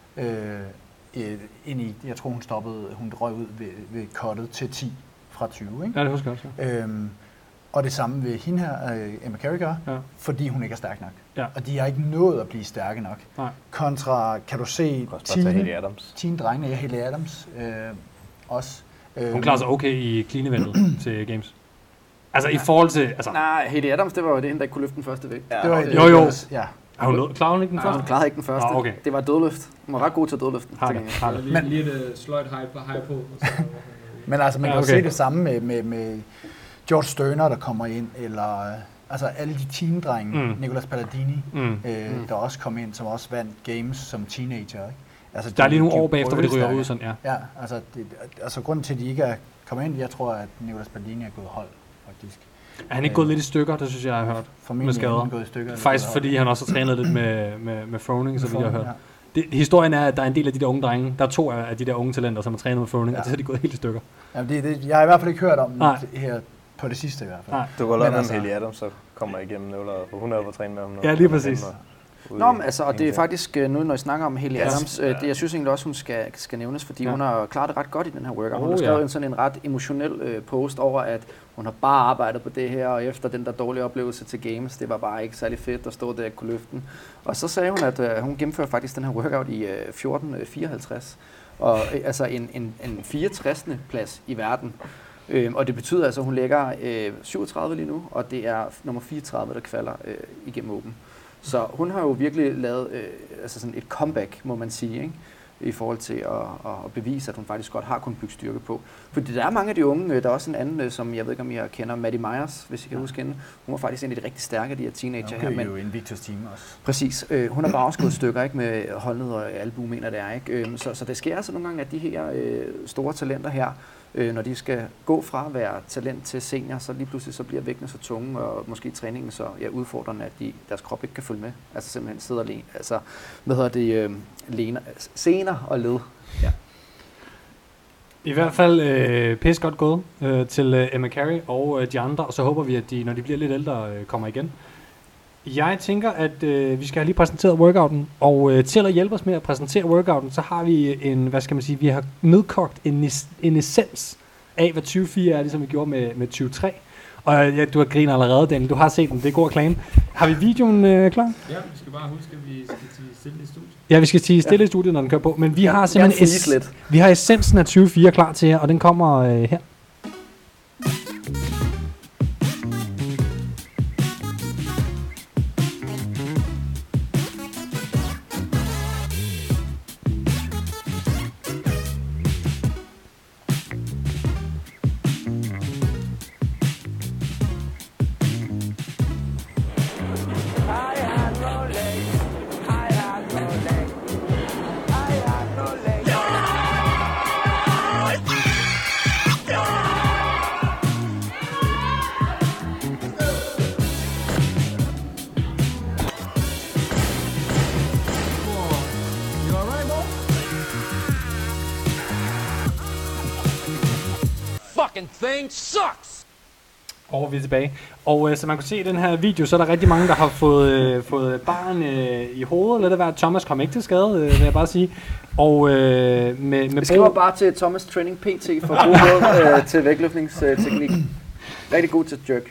ind i, jeg tror hun røg ud ved cuttet til 10 fra 20, ikke? Ja, det husker jeg også. Og det samme ved hende her, Emma Carey gør, fordi hun ikke er stærk nok. Ja. Og de har ikke nået at blive stærke nok. Nej. Kontra, kan du se, teen-drengene, Haley Adams også. Hun klarer sig okay i clean-eventet til games. Altså i forhold til... Altså. Nej, Haley Adams, det var jo det, der ikke kunne løfte den første vægt. Ja, det var jo. Ja. Klarede hun ikke den første? Hun klarede ikke den første. Okay. Det var dødløft. Hun var ret god til dødløften. Lige et sløjt high på. Men altså, man kan jo se det samme med George Sterner, der kommer ind, eller altså alle de team-drenge, Nicolas Palladini, der også kom ind, som også vandt games som teenager, ikke? Altså, der er lige nogle år bagefter, hvor de ryger ud sådan, Ja, altså grunden til, at de ikke er kommet ind, jeg tror, at Nicolas Palladini er gået hold, faktisk. Er han ikke gået lidt i stykker, det synes jeg har hørt? Formentlig er han gået i stykker. Faktisk fordi han også har trænet lidt med Froning, så vi har hørt. Historien er, at der er en del af de der unge drenge, der er 2 af de der unge talenter, som har trænet med Froning, og det er de gået helt i stykker. Jamen, jeg har i hvert fald ikke hørt om det her på det sidste i hvert fald. Du går lade med Haley Adams, så kommer jeg igennem nåler, for hun er på at træne med ham. Ja, lige præcis. Nå, men altså, og det er faktisk nu, når jeg snakker om Haley Adams, jeg synes egentlig også, hun skal nævnes, fordi hun har klaret det ret godt i den her workout. Hun har skrevet sådan en ret emotionel post over, at hun har bare arbejdet på det her, og efter den der dårlige oplevelse til games, det var bare ikke særlig fedt at stå der og kunne løfte den. Og så sagde hun, at hun gennemfører faktisk den her workout i 14.54, og altså en 64. plads i verden. Og det betyder altså, at hun ligger 37 lige nu, og det er nummer 34, der kvalder igennem åben. Så hun har jo virkelig lavet altså sådan et comeback, må man sige, ikke? I forhold til at bevise, at hun faktisk godt har kunnet bygge styrke på. Fordi der er mange af de unge, der er også en anden, som jeg ved ikke, om I kender, Maddie Myers, hvis I kan huske hende. Hun var faktisk en af de rigtig stærke af de her teenager her. Hun er jo en Victors team også. Præcis. Hun har bare også gået stykker, ikke, med holdned og albu, mener det er, ikke? Så det sker altså nogle gange, at de her store talenter her, når de skal gå fra at være talent til senior, så lige pludselig så bliver vægtene så tunge, og måske træningen så udfordrende, at deres krop ikke kan følge med. Altså simpelthen sidder alene. Altså, sener og led. Ja. I hvert fald pisse godt gået til Emma Carey og de andre, og så håber vi, at de, når de bliver lidt ældre, kommer igen. Jeg tænker, at vi skal have lige præsenteret workouten, og til at hjælpe os med at præsentere workouten, så har vi vi har nedkogt en essens af, hvad 2024 er, ligesom vi gjorde med 2023. Og ja, du har grinet allerede, Daniel. Du har set den. Det er god reklame. Har vi videoen klar? Ja, vi skal bare huske, at vi skal til stille i studiet. Ja, vi skal sige stille i studiet, når den kører på. Men vi har simpelthen lidt. vi har essensen af 2024 klar til jer, og den kommer her. Thing sucks! Og vi er tilbage. Og som man kunne se i den her video, så er der rigtig mange, der har fået barn i hovedet. Lad det være, Thomas kom ikke til skade, vil jeg bare sige. Og med Vi skriver bare til Thomas Training PT for god råd til vægtløftningsteknik. Rigtig god til jerk.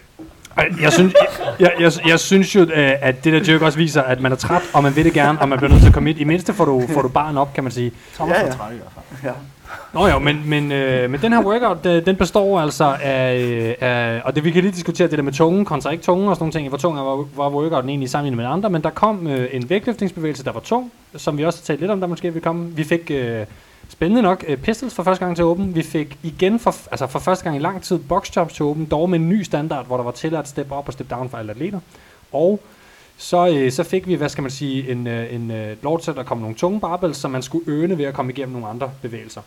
Jeg synes jo, at det der jerk også viser, at man er træt, og man vil det gerne, og man bliver nødt til at komme ind. I mindste får du barn op, kan man sige. Thomas er træt i hvert fald. Ja. Nå jo, men den her workout, den består altså af og det vi kan lige diskutere, det der med tunge kontra ikke tunge og sådan nogle ting. Hvor tung var workouten egentlig sammenlignet med andre, men der kom en vægtløftningsbevægelse, der var tung, som vi også har talt lidt om, der måske vil komme. Vi fik spændende nok pistols for første gang til åben. Vi fik igen for første gang i lang tid box jumps til åben, dog med en ny standard, hvor der var tilladt step up og step down for alle atleter. Og så fik vi, hvad skal man sige, en lov til, at der kom nogle tunge barbells, som man skulle øne ved at komme igennem nogle andre bevægelser.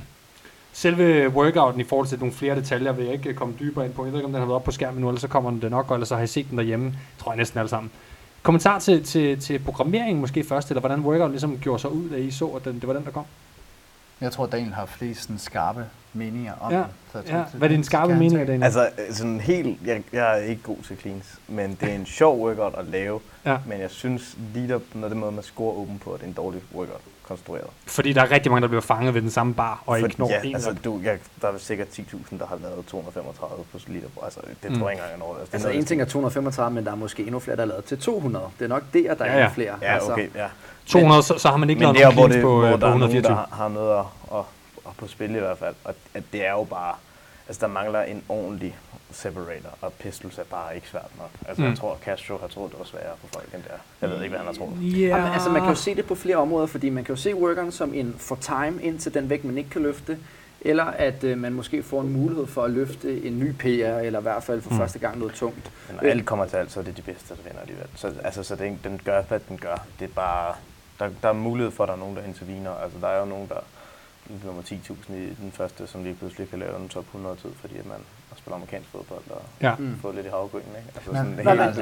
Selve workouten i forhold til nogle flere detaljer vil jeg ikke komme dybere ind på. Jeg ved ikke, om den har været op på skærmen nu, eller så kommer den det nok, eller så har jeg set den derhjemme, tror jeg næsten alle sammen. Kommentar til programmeringen måske først, eller hvordan workouten ligesom gjorde sig ud, da I så, at det var den, der kom? Jeg tror, Daniel har flest sådan skarpe meninger om ja. det. Så Hvad er din skarpe mening, Daniel? Altså, sådan helt, jeg er ikke god til cleans, men det er en sjov workout at lave. Ja. Men jeg synes lige der, når det måde, man scorer åben på, at det er en dårlig workout konstrueret. Fordi der er rigtig mange, der bliver fanget ved den samme bar, og ikke når en. Altså, der er sikkert 10.000, der har lavet 235 på liter. Altså, det tror jeg ikke engang er noget. Altså, en ting er 235, men der er måske endnu flere, der har lavet til 200. Det er nok der er endnu flere. Ja, okay, ja. 200, så har man ikke lavet nogen cleans på 124. Der har noget at på spil i hvert fald, og at det er jo bare, altså der mangler en ordentlig separator, og pistols er bare ikke svært nok. Altså jeg tror, Castro har troet, det var sværere for folk end det er. Jeg ved ikke, hvad han har troet. Jamen, altså man kan jo se det på flere områder, fordi man kan jo se workeren som en for time ind til den vægt, man ikke kan løfte, eller at man måske får en mulighed for at løfte en ny PR, eller i hvert fald for første gang noget tungt. Men når alt kommer til alt, så er det de bedste, der vinder alligevel. Så den gør, hvad den gør. Det er bare, der er mulighed for, at der er nogen, der intervener. Altså der er jo nogen, der nummer 10.000 i den første, som lige pludselig kan lave en top 100 tid, fordi at man spiller amerikansk fodbold og får lidt i havgrynen, ikke?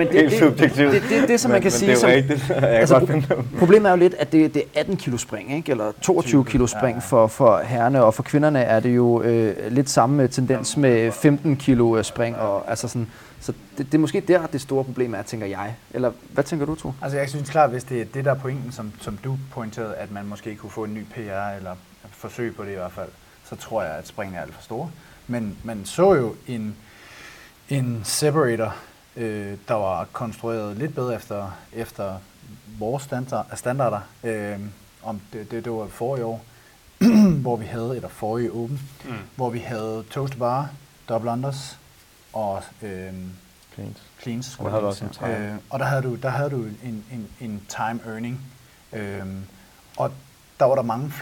Altså det som man kan sige, problemet er jo lidt, at det er 18 kilo spring, ikke? Eller 22 kilo spring for herrerne, og for kvinderne er det jo lidt samme tendens med 15 kilo spring, og altså sådan. Så det er måske der, det store problem er, tænker jeg. Eller hvad tænker du, Tue? Altså jeg synes klart, hvis det er det der pointen, som du pointerede, at man måske kunne få en ny PR, eller forsøg på det i hvert fald, så tror jeg, at springene er alt for store. Men man så jo en separator, der var konstrueret lidt bedre efter vores standarder. Om det var forrige år, hvor vi havde, eller forrige åben, hvor vi havde toast bar, double unders, og cleans. Og der havde du en time earning. Og der var der mange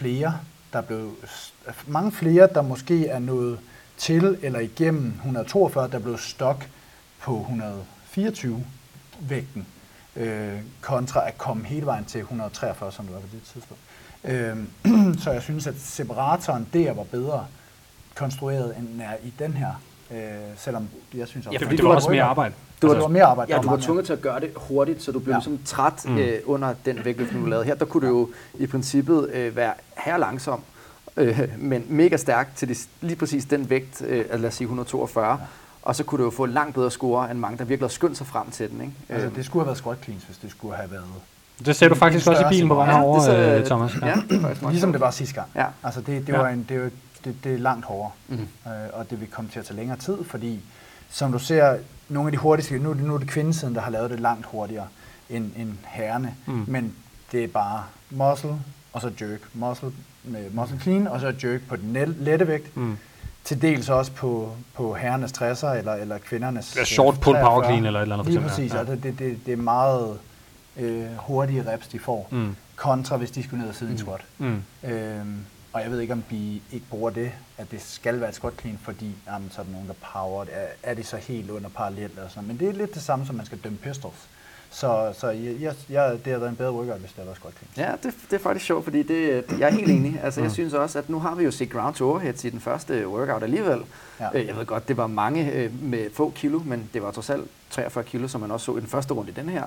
flere, der måske er nået til eller igennem 142, der blev stok på 124 vægten, kontra at komme hele vejen til 143, som det var på det tidspunkt. Så jeg synes, at separatoren der var bedre konstrueret, end den er i den her. Selvom jeg synes også... Ja, fordi det var også mere arbejde. Det var mere arbejde. Ja, du var tvunget til at gøre det hurtigt, så du blev ligesom træt under den vægtløftning, du lavede. Her der kunne du jo i princippet være her langsom, men mega stærk til lige præcis den vægt, lad os sige 142. Og så kunne du jo få langt bedre score, end mange, der virkelig har skyndt sig frem til den, ikke? Altså, det skulle have været squat cleans, hvis det skulle have været... Det ser du faktisk også i bilen på vej herover, Thomas. Ja, ligesom det var sidste gang. Ja. Altså, det var det er langt hårdere, og det vil komme til at tage længere tid, fordi som du ser, nogle af de hurtigste, nu er det kvindesiden, der har lavet det langt hurtigere end herrene, men det er bare muscle, og så jerk, muscle clean, og så jerk på den lette vægt, til dels også på herrenes 60'er, eller kvindernes... Ja, short pull power clean, eller et eller andet. Lige præcis, og det er meget hurtige reps, de får, kontra hvis de skulle ned og sidde i en squat. Og jeg ved ikke, om de ikke bruger det, at det skal være et squat clean, fordi så er der nogen, der power. Er det så helt under parallel eller sådan. Men det er lidt det samme, som man skal dømme pistols. Så det har været en bedre workout, hvis det var squat clean. Ja, det er faktisk sjovt, fordi jeg er helt enig. Altså, jeg synes også, at nu har vi jo set ground to overheads i den første workout alligevel. Ja. Jeg ved godt, det var mange med få kilo, men det var trods alt 43 kilo, som man også så i den første runde i den her.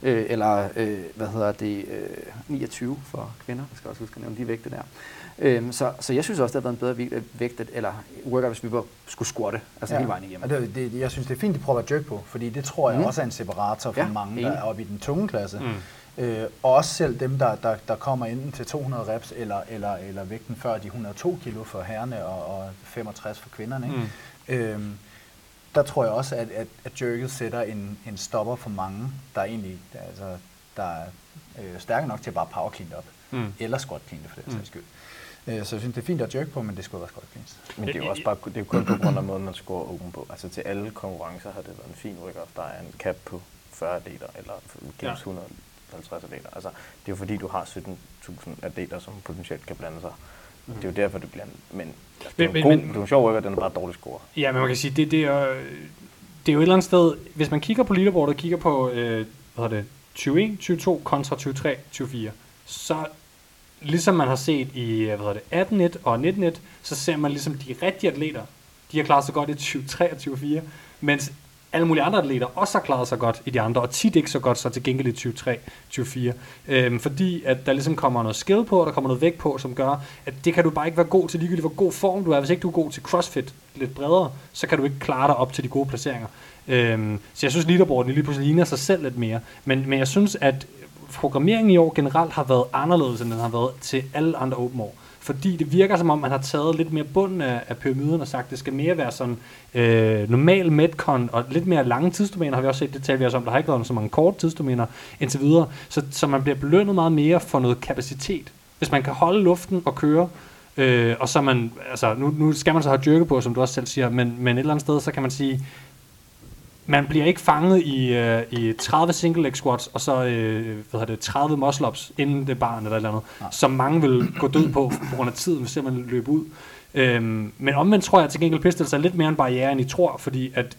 29 for kvinder. Jeg skal også huske at nævne de vægte der. Så jeg synes også, det har været en bedre vægt, eller workout, hvis vi bare skulle squatte, altså hele vejen igennem. Jeg synes, det er fint, de prøver at jerk på, fordi det tror jeg også er en separator for mange, der er oppe i den tunge klasse. Og også selv dem, der kommer enten til 200 reps, eller vægten før de 102 kilo for herrene og 65 for kvinderne. Der tror jeg også, at jerket sætter en stopper for mange, der egentlig der er stærke nok til at bare power clean op, eller squat clean det for den sags skyld. Så jeg synes, det er fint at jerk på, men det skulle være squat cleans. Men det er jo også bare, det er kun på grund af måden, man scorer open på. Altså til alle konkurrencer har det været en fin workout. Der er en cap på 40 atleter, eller gennem 150 atleter. Altså det er jo fordi, du har 17.000 atleter, som potentielt kan blande sig. Det er jo derfor, det bliver men det er en sjov workout, den er bare dårlig score. Ja, men man kan sige, det er jo et eller andet sted, hvis man kigger på leaderboardet og kigger på 21, 22 kontra 23, 24, så ligesom man har set i 18-1 og 19-1, så ser man ligesom de rigtige atleter, de har klaret sig godt i 23 og 24, mens alle mulige andre atleter også har klaret sig godt i de andre, og tit ikke så godt så til gengæld i 23, 24. Fordi at der ligesom kommer noget skill på, og der kommer noget vægt på, som gør, at det kan du bare ikke være god til, ligegyldigt hvor god form du er. Hvis ikke du er god til CrossFit lidt bredere, så kan du ikke klare dig op til de gode placeringer. Så jeg synes, leaderboarden lige pludselig ligner sig selv lidt mere. Men jeg synes, at programmeringen i år generelt har været anderledes, end den har været til alle andre open år. Fordi det virker som om, man har taget lidt mere bunden af pyramiden og sagt, at det skal mere være sådan normal metcon og lidt mere lange tidsdomæner, har vi også set, det taler vi også om, der har ikke været så mange korte tidsdomæner indtil videre, så man bliver belønnet meget mere for noget kapacitet. Hvis man kan holde luften og køre, og så man, altså nu skal man så have jerke på, som du også selv siger, men et eller andet sted, så kan man sige, man bliver ikke fanget i 30 single leg squats, og så 30 muscle-ups inden det barn eller et eller andet, som mange vil gå død på grund af tiden, hvis man løber ud. Men omvendt tror jeg til gengæld, pistols er lidt mere en barriere, end I tror, fordi at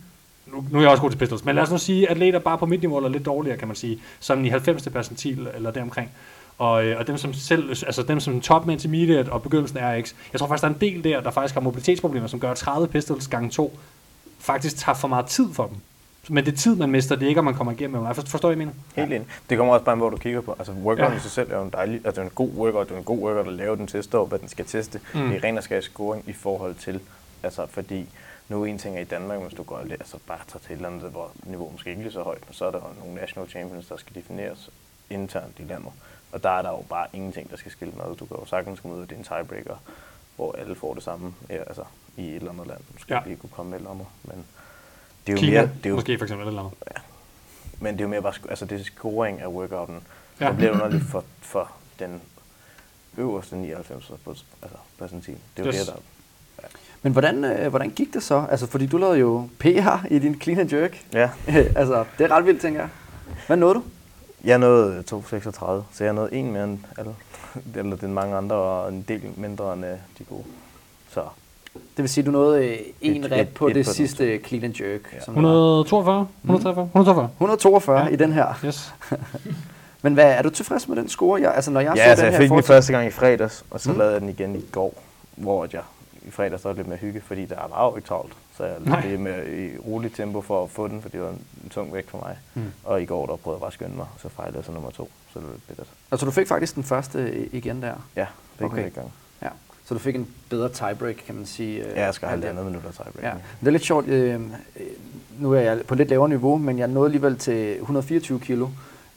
nu er jeg også god til pistols, men lad os nu sige, at atleter bare på mit niveau er lidt dårligere, kan man sige, sådan i 90. percentil eller deromkring. Og dem som selv, altså dem som top med intermediate og begyndelsen af RX, jeg tror faktisk, der er en del der faktisk har mobilitetsproblemer, som gør 30 pistols gange 2 faktisk tager for meget tid for dem. Men det er tid, man mister, det er ikke, om man kommer igennem. Forstår I, mener? Helt enig. Det kommer også bare, hvor du kigger på. Altså, workouten i sig selv er jo en dejlig, altså en god workout. Det er en god workout at lave den teste over, hvad den skal teste. Det er ren og skær scoring i forhold til, altså fordi nu en ting er i Danmark, hvis du går altså bare tager til et eller andet, hvor niveauet måske ikke er så højt, så er der nogle national champions, der skal defineres internt i landet. Og der er der jo bare ingenting, der skal skille noget. Du kan jo sagtens komme ud af det en tiebreaker, hvor alle får det samme, altså i et eller andet land. Måske lige kunne komme med et eller andet, men det er jo Kina, mere, det er jo, måske for eksempel et eller andet. Ja. Men det er jo mere bare, altså det er scoring af workouten, der bliver underligt for den øverste 99 percentil. Det er jo det, der. Ja. Men hvordan gik det så? Altså, fordi du lavede jo PR i din clean and jerk. Ja. Altså, det er ret vildt, tænker jeg. Hvad nåede du? Jeg nåede 2,36, så jeg nåede en mere end alle. Eller den mange andre, og en del mindre end de gode. Så. Det vil sige, du nåede en rep på det sidste clean and jerk. Ja. 142? 143? 142 i den her. Yes. Men er du tilfreds med den score? Når jeg jeg fik den første gang i fredags, og så lavede jeg den igen i går, hvor jeg i fredags var lidt mere hygge, fordi der var jo ikke travlt. Så jeg lavede det med i roligt tempo for at få den, for det var en tung vægt for mig. Og i går der prøvede jeg bare at skynde mig, og så fejlede jeg så nummer 2. Så det var lidt bittert. Altså du fik faktisk den første igen der? Ja, det fik den gang. Ja. Så du fik en bedre tiebreak, kan man sige? Ja, jeg skal have halvandet minutter tiebreak. Ja. Det er lidt sjovt. Nu er jeg på lidt lavere niveau, men jeg nåede alligevel til 124 kilo.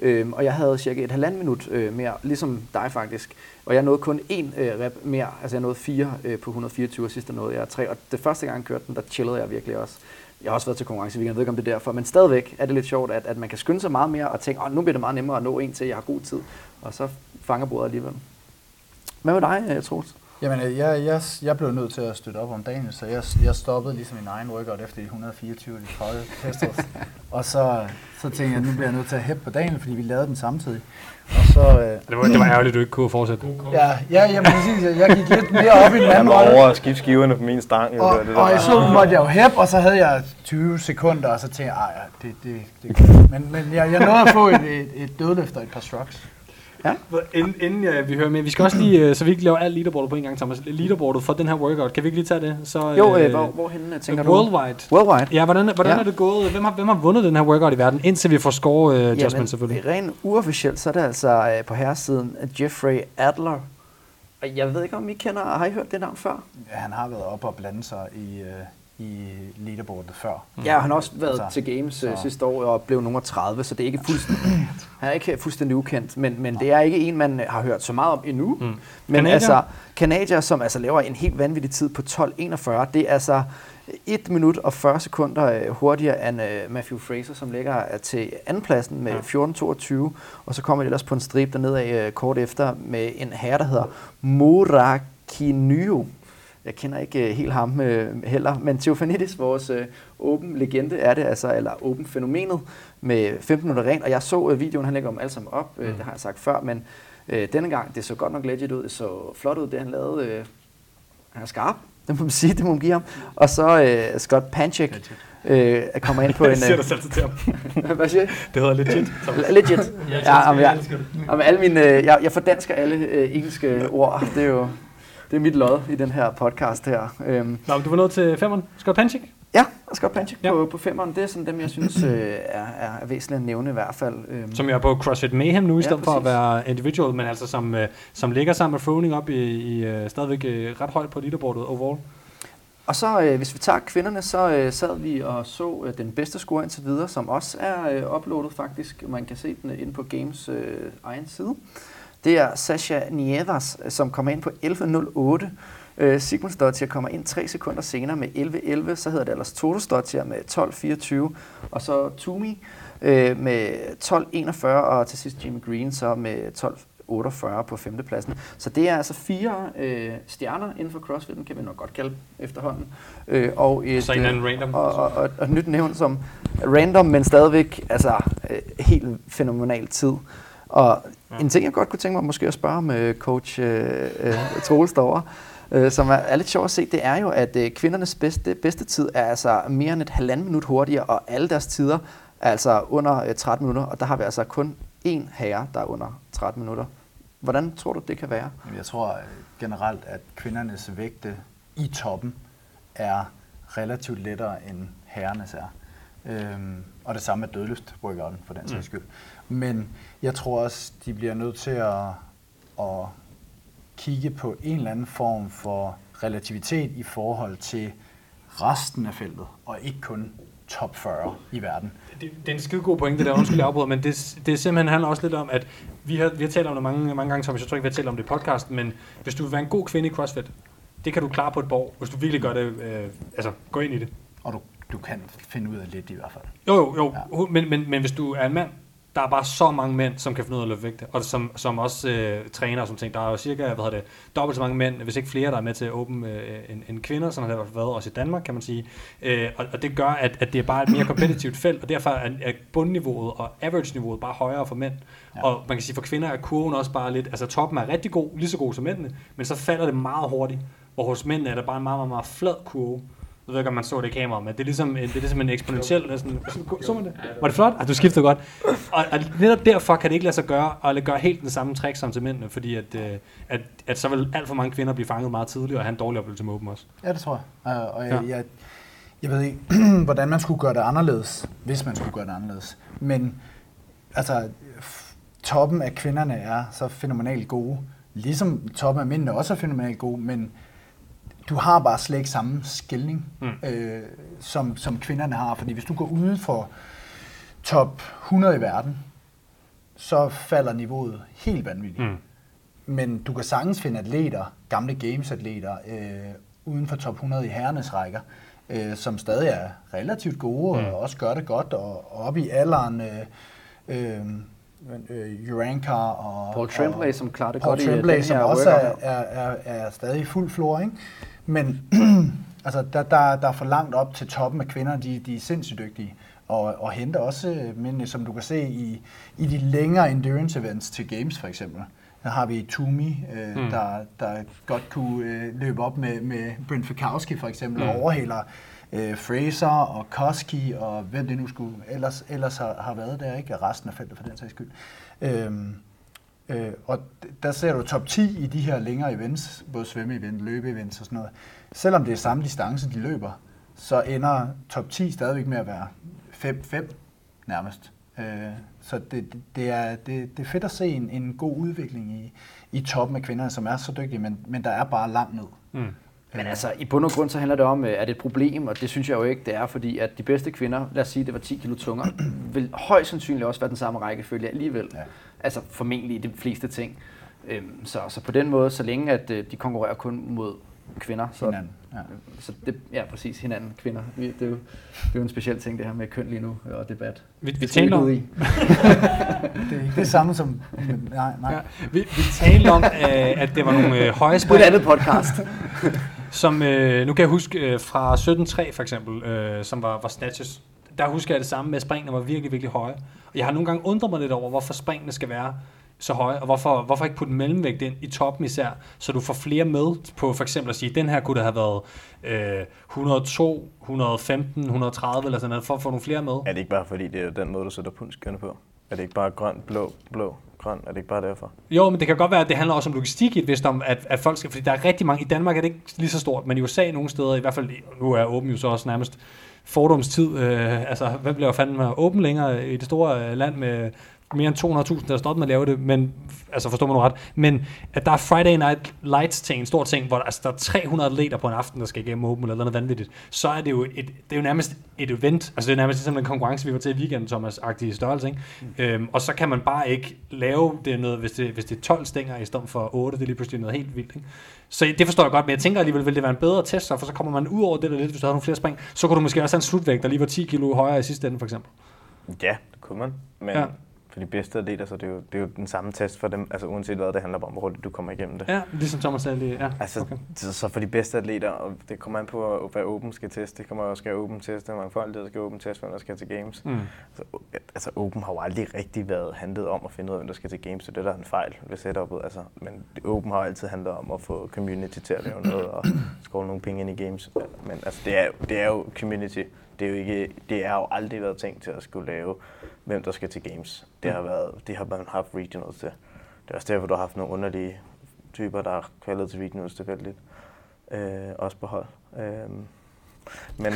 Og jeg havde cirka 1,5 minut mere, ligesom dig faktisk. Og jeg nåede kun 1 rep mere, altså jeg nåede 4 på 124, og sidst nåede jeg 3. Og det første gang jeg kørte den, der chillede jeg virkelig også. Jeg har også været til konkurrence i weekenden, jeg ved ikke om det er derfor, men stadigvæk er det lidt sjovt, at man kan skynde sig meget mere og tænke, nu bliver det meget nemmere at nå en til, jeg har god tid. Og så fanger bordet alligevel. Hvad med dig, Troels? Jamen, jeg blev nødt til at støtte op om dagen, så jeg stoppede ligesom min egen workout efter de 124, de 30 pistols. Og så tænkte jeg, at nu bliver jeg nødt til at hæppe på dagen, fordi vi lavede den samtidig. Og så, det var ærgerligt, du ikke kunne fortsætte. Ja, præcis. Jeg gik lidt mere op i den anden rolle. Jeg var over at skifte skiverne på min stang. Og så måtte jeg jo hæppe, og så havde jeg 20 sekunder, og så tænkte jeg, det men jeg nåede at få et dødløft og et par strucks. Ja. Inden vi hører med, vi skal også lige, så vi ikke laver alt leaderboardet på en gang, Thomas. Leaderboardet for den her workout, kan vi ikke lige tage det? Så, hvorhenne tænker du? Worldwide. Ja, hvordan er det gået? Hvem har vundet den her workout i verden, indtil vi får score adjustment selvfølgelig? Rent uofficielt, så er det altså på herresiden Jeffrey Adler. Og jeg ved ikke, om I kender, har I hørt det navn før? Ja, han har været oppe og blande sig i leaderboardet før. Ja, han har også været til Games sidste år og blev nummer 30, så det er ikke han er ikke fuldstændig ukendt, men det er ikke en, man har hørt så meget om endnu. Men Canadier, som altså laver en helt vanvittig tid på 12:41, det er altså 1 minut og 40 sekunder hurtigere end Matthew Fraser, som ligger til andenpladsen med 14:22, og så kommer det ellers på en strip dernede af kort efter med en herre, der hedder Morakinyo. Jeg kender ikke helt ham heller, men Theofanidis, vores Open legende er det, altså, eller Open fænomenet med 15 minutter rent, og jeg så videoen, han lægger dem alle sammen op, det har jeg sagt før, men denne gang, det så godt nok legit ud, det så flot ud, det han lavede, han er skarp, det må man sige, det må man give ham, og så Scott Panchik kommer ind på en... Siger du selv til ham? Hvad siger det? Det hedder legit. Legit. Jeg fordansker alle engelske ord, det er mit lod i den her podcast her. Nå, du var nået til 5'eren. Scott Panchik? Ja, Scott Panchik på 5'eren. Det er sådan dem, jeg synes er væsentligt at nævne i hvert fald. Som jeg er på CrossFit Mayhem nu, i stedet for at være individual, men altså som ligger sammen med Froning op i stadigvæk ret højt på leaderboardet overall. Og så, hvis vi tager kvinderne, så sad vi og så den bedste score indtil videre, som også er uploadet faktisk. Man kan se den inde på Games egen side. Det er Sasha Nievas, som kommer ind på 11:08. Sigmund Stottier kommer ind 3 sekunder senere med 11:11. Så hedder det ellers Toto Stottier med 12:24. Og så Tumi med 12:41. Og til sidst Jimmy Green så med 12:48 på 5. pladsen. Så det er altså 4 stjerner inden for CrossFit, kan vi nok godt kalde efterhånden. Og et, så en anden random. Og et nyt nævn som random, men stadigvæk altså helt fænomenal tid. Og en ting, jeg godt kunne tænke mig måske at spørge om coach Troels derovre, som er lidt sjovt at se, det er jo, at kvindernes bedste tid er altså mere end et 1,5 minut hurtigere, og alle deres tider er altså under 13 minutter, og der har vi altså kun én herre, der er under 13 minutter. Hvordan tror du, det kan være? Jeg tror generelt, at kvindernes vægte i toppen er relativt lettere end herrenes er. Og det samme med dødløft-workouten for den sags skyld. Men jeg tror også, de bliver nødt til at kigge på en eller anden form for relativitet i forhold til resten af feltet, og ikke kun top 40 i verden. Det er en skide god pointe, det der, undskyld jeg afbryder, men det simpelthen handler også lidt om, at vi har talt om det mange gange, Thomas, jeg tror ikke, vi har talt om det i podcasten, men hvis du vil være en god kvinde i CrossFit, det kan du klare på et år, hvis du virkelig gør det, gå ind i det. Og du kan finde ud af lidt i hvert fald. Jo, ja. Men hvis du er en mand, der er bare så mange mænd, som kan finde ud af at løfte vægte, og som også træner, som tænker, der er jo cirka, dobbelt så mange mænd, hvis ikke flere, der er med til Open end kvinder, sådan har det været også i Danmark, kan man sige. Og det gør, at det er bare et mere kompetitivt felt, og derfor er bundniveauet og average-niveauet bare højere for mænd. Ja. Og man kan sige, for kvinder er kurven også bare lidt, altså toppen er rigtig god, lige så god som mændene, men så falder det meget hurtigt, hvor hos mændene er der bare en meget, meget, meget flad kurve. Jeg ved ikke, om man så det i kamera, men det er ligesom en eksponentiel. Så man det? Var det flot? Du skiftede godt. Og netop derfor kan det ikke lade sig gøre at gøre helt den samme trick som til mændene, fordi at så vil alt for mange kvinder blive fanget meget tidligt og have en dårlig oplevelse med Open også. Ja, det tror jeg. Og jeg ved ikke, hvordan man skulle gøre det anderledes, hvis man skulle gøre det anderledes. Men altså, toppen af kvinderne er så fænomenalt gode, ligesom toppen af mændene også er fænomenalt gode, men du har bare slet ikke samme skilning, som kvinderne har. Fordi hvis du går ude for top 100 i verden, så falder niveauet helt vanvittigt. Men du kan sagtens finde atleter, gamle games-atleter, uden for top 100 i herrenes rækker, som stadig er relativt gode og også gør det godt, og oppe i alderen Uranka og Paul Tremblay, som klarer det Paul godt i Tremblay, den som her også workout. er stadig i fuld flor, ikke? Men altså, der er for langt op til toppen af kvinder, de er sindssygt dygtige. Og henter også, men som du kan se i de længere endurance events til games for eksempel, der har vi Toomey, der godt kunne løbe op med Brent Fikowski for eksempel, og overhælder Fraser og Koski og hvem det nu skulle ellers har været der, ikke? Og resten af feltet for den sags skyld. Og der ser du top 10 i de her længere events, både svømme-event, løbe-events og sådan noget. Selvom det er samme distance, de løber, så ender top 10 stadigvæk med at være 5-5 nærmest. Så det er fedt at se en god udvikling i toppen af kvinderne, som er så dygtige, men der er bare langt ned. Men altså, i bund og grund så handler det om, at det er et problem, og det synes jeg jo ikke, det er, fordi at de bedste kvinder, lad os sige, det var 10 kilo tungere, vil højst sandsynligt også være den samme rækkefølge alligevel. Ja. Altså formentlig i de fleste ting. Så på den måde, så længe at de konkurrerer kun mod kvinder, så hinanden. Ja. Så det, ja, præcis, hinanden, kvinder. Det er jo en speciel ting, det her med køn lige nu, og debat. Vi taler om... Det er ikke det samme som... Nej. Ja, vi talte om, at det var nogle høje spring. Det er et andet podcast. Som, nu kan jeg huske fra 17.3 for eksempel, som var snatches. Der husker jeg det samme med, at springene var virkelig, virkelig høje. Og jeg har nogle gange undret mig lidt over, hvorfor springene skal være så høje, og hvorfor ikke putte mellemvægt ind i toppen især, så du får flere med på for eksempel at sige, den her kunne der have været 102, 115, 130 eller sådan noget, for at få nogle flere med. Er det ikke bare fordi, det er den måde, du sætter pundskyerne på? Er det ikke bare grøn, blå, grøn? Er det ikke bare derfor? Jo, men det kan godt være, at det handler også om logistik i et vist om, at folk skal, fordi der er rigtig mange, i Danmark er det ikke lige så stort, men i USA nogle steder, i hvert fald, nu er Open jo så også nærmest fordomstid, altså hvem bliver fandme Open længere i det store land med mere end 200.000, der stoppet med at lave det, men, altså forstår man nu ret, men at der er Friday Night Lights ting, en stor ting, hvor altså, der er 300 atleter på en aften, der skal igennem Open, eller noget vanvittigt, så er det jo, det er jo nærmest et event, altså det er nærmest ligesom en konkurrence, vi var til i weekenden, Thomas-agtige størrelse, ikke? Og så kan man bare ikke lave det noget, hvis det er 12 stænger i stedet for 8, det er lige pludselig noget helt vildt, ikke? Så det forstår jeg godt, men jeg tænker alligevel, vil det være en bedre test, for så kommer man ud over det der lidt, hvis du havde nogle flere spring, så kunne du måske også have en slutvægt, der lige var 10 kilo højere i sidste ende, for eksempel. Ja, det kunne man, men for de bedste atleter, så det er jo den samme test for dem, altså uanset hvad det handler om, hvor hurtigt du kommer igennem det. Ja, ligesom Thomas sagde lige. Ja, altså, okay. Så for de bedste atleter, og det kommer an på, hvad Open skal teste, det kommer også skal Open teste, mangfoldighed skal Open teste, hvem der skal til Games. Altså Open har jo aldrig rigtig været handlet om at finde ud af, hvem der skal til Games, så det der er en fejl ved setupet, altså. Men Open har altid handlet om at få community til at lave noget og skåle nogle penge ind i Games. Men altså, det er jo community. Det har jo aldrig været tænkt til at skulle lave, hvem der skal til Games. Det har man haft regionals til. Det er også derfor, du har haft nogle underlige typer, der er kvalet til regionals tilfældigt. Også på hold. Men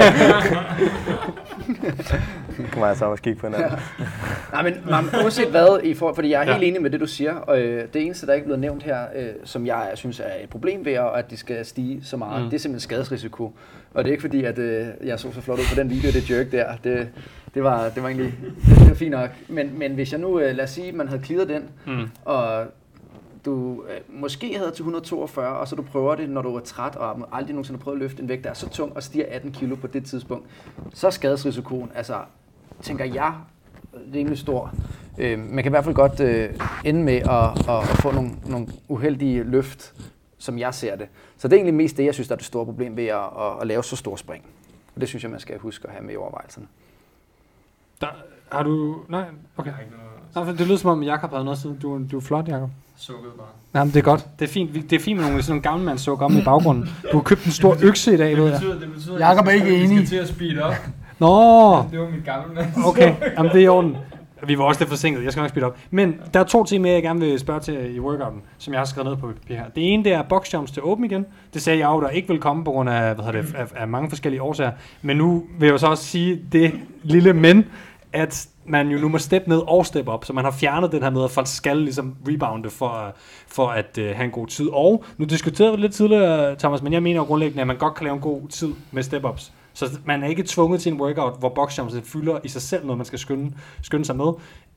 kan man så også kigge på hinanden. Nej, men uanset hvad, fordi jeg er helt enig med det, du siger, og det eneste, der ikke er blevet nævnt her, som jeg synes er et problem ved, at de skal stige så meget, det er simpelthen skadesrisiko. Og det er ikke fordi, at jeg så flot ud på den video, det jerk der. Det var egentlig det var fint nok. Men hvis jeg nu, lad os sige, at man havde clearet den, og du måske havde til 142, og så du prøver det, når du er træt, og aldrig nogensinde har prøvet at løfte en vægt, der er så tung og stiger 18 kilo på det tidspunkt, så er skadesrisikoen, altså, tænker jeg, rimelig stor. Man kan i hvert fald godt ende med at få nogle uheldige løft, som jeg ser det. Så det er egentlig mest det, jeg synes, der er det store problem ved at lave så store spring. Og det synes jeg, man skal huske at have med i overvejelserne. Har du... Nej, okay. Nej, det lyder som om, Jakob havde noget at sige. Du er flot, Jakob. Sukket bare. Nej, men det er godt. Det er fint med sådan nogle gammelmandssukker om i baggrunden. Du har købt en stor økse i dag, ved jeg. Det betyder, Jakob er ikke enig. Vi skal til at speede op. Nå! Det var mit gammelmandssukker. Okay, jamen det er i orden. Vi var også lidt forsinket, jeg skal nok speede op. Men der er 2 ting mere, jeg gerne vil spørge til i workouten, som jeg har skrevet ned på papir her. Det ene, det er boxjumps til Open igen. Det sagde jeg jo, der ikke vil komme på grund af, af mange forskellige årsager. Men nu vil jeg jo så også sige det lille men, at man jo nu må steppe ned og steppe op, så man har fjernet den her med, at folk skal ligesom rebounde for at have en god tid. Og nu diskuterede vi lidt tidligere, Thomas, men jeg mener jo grundlæggende, at man godt kan lave en god tid med step-ups. Så man er ikke tvunget til en workout, hvor boxjumps fylder i sig selv noget, man skal skynde sig med.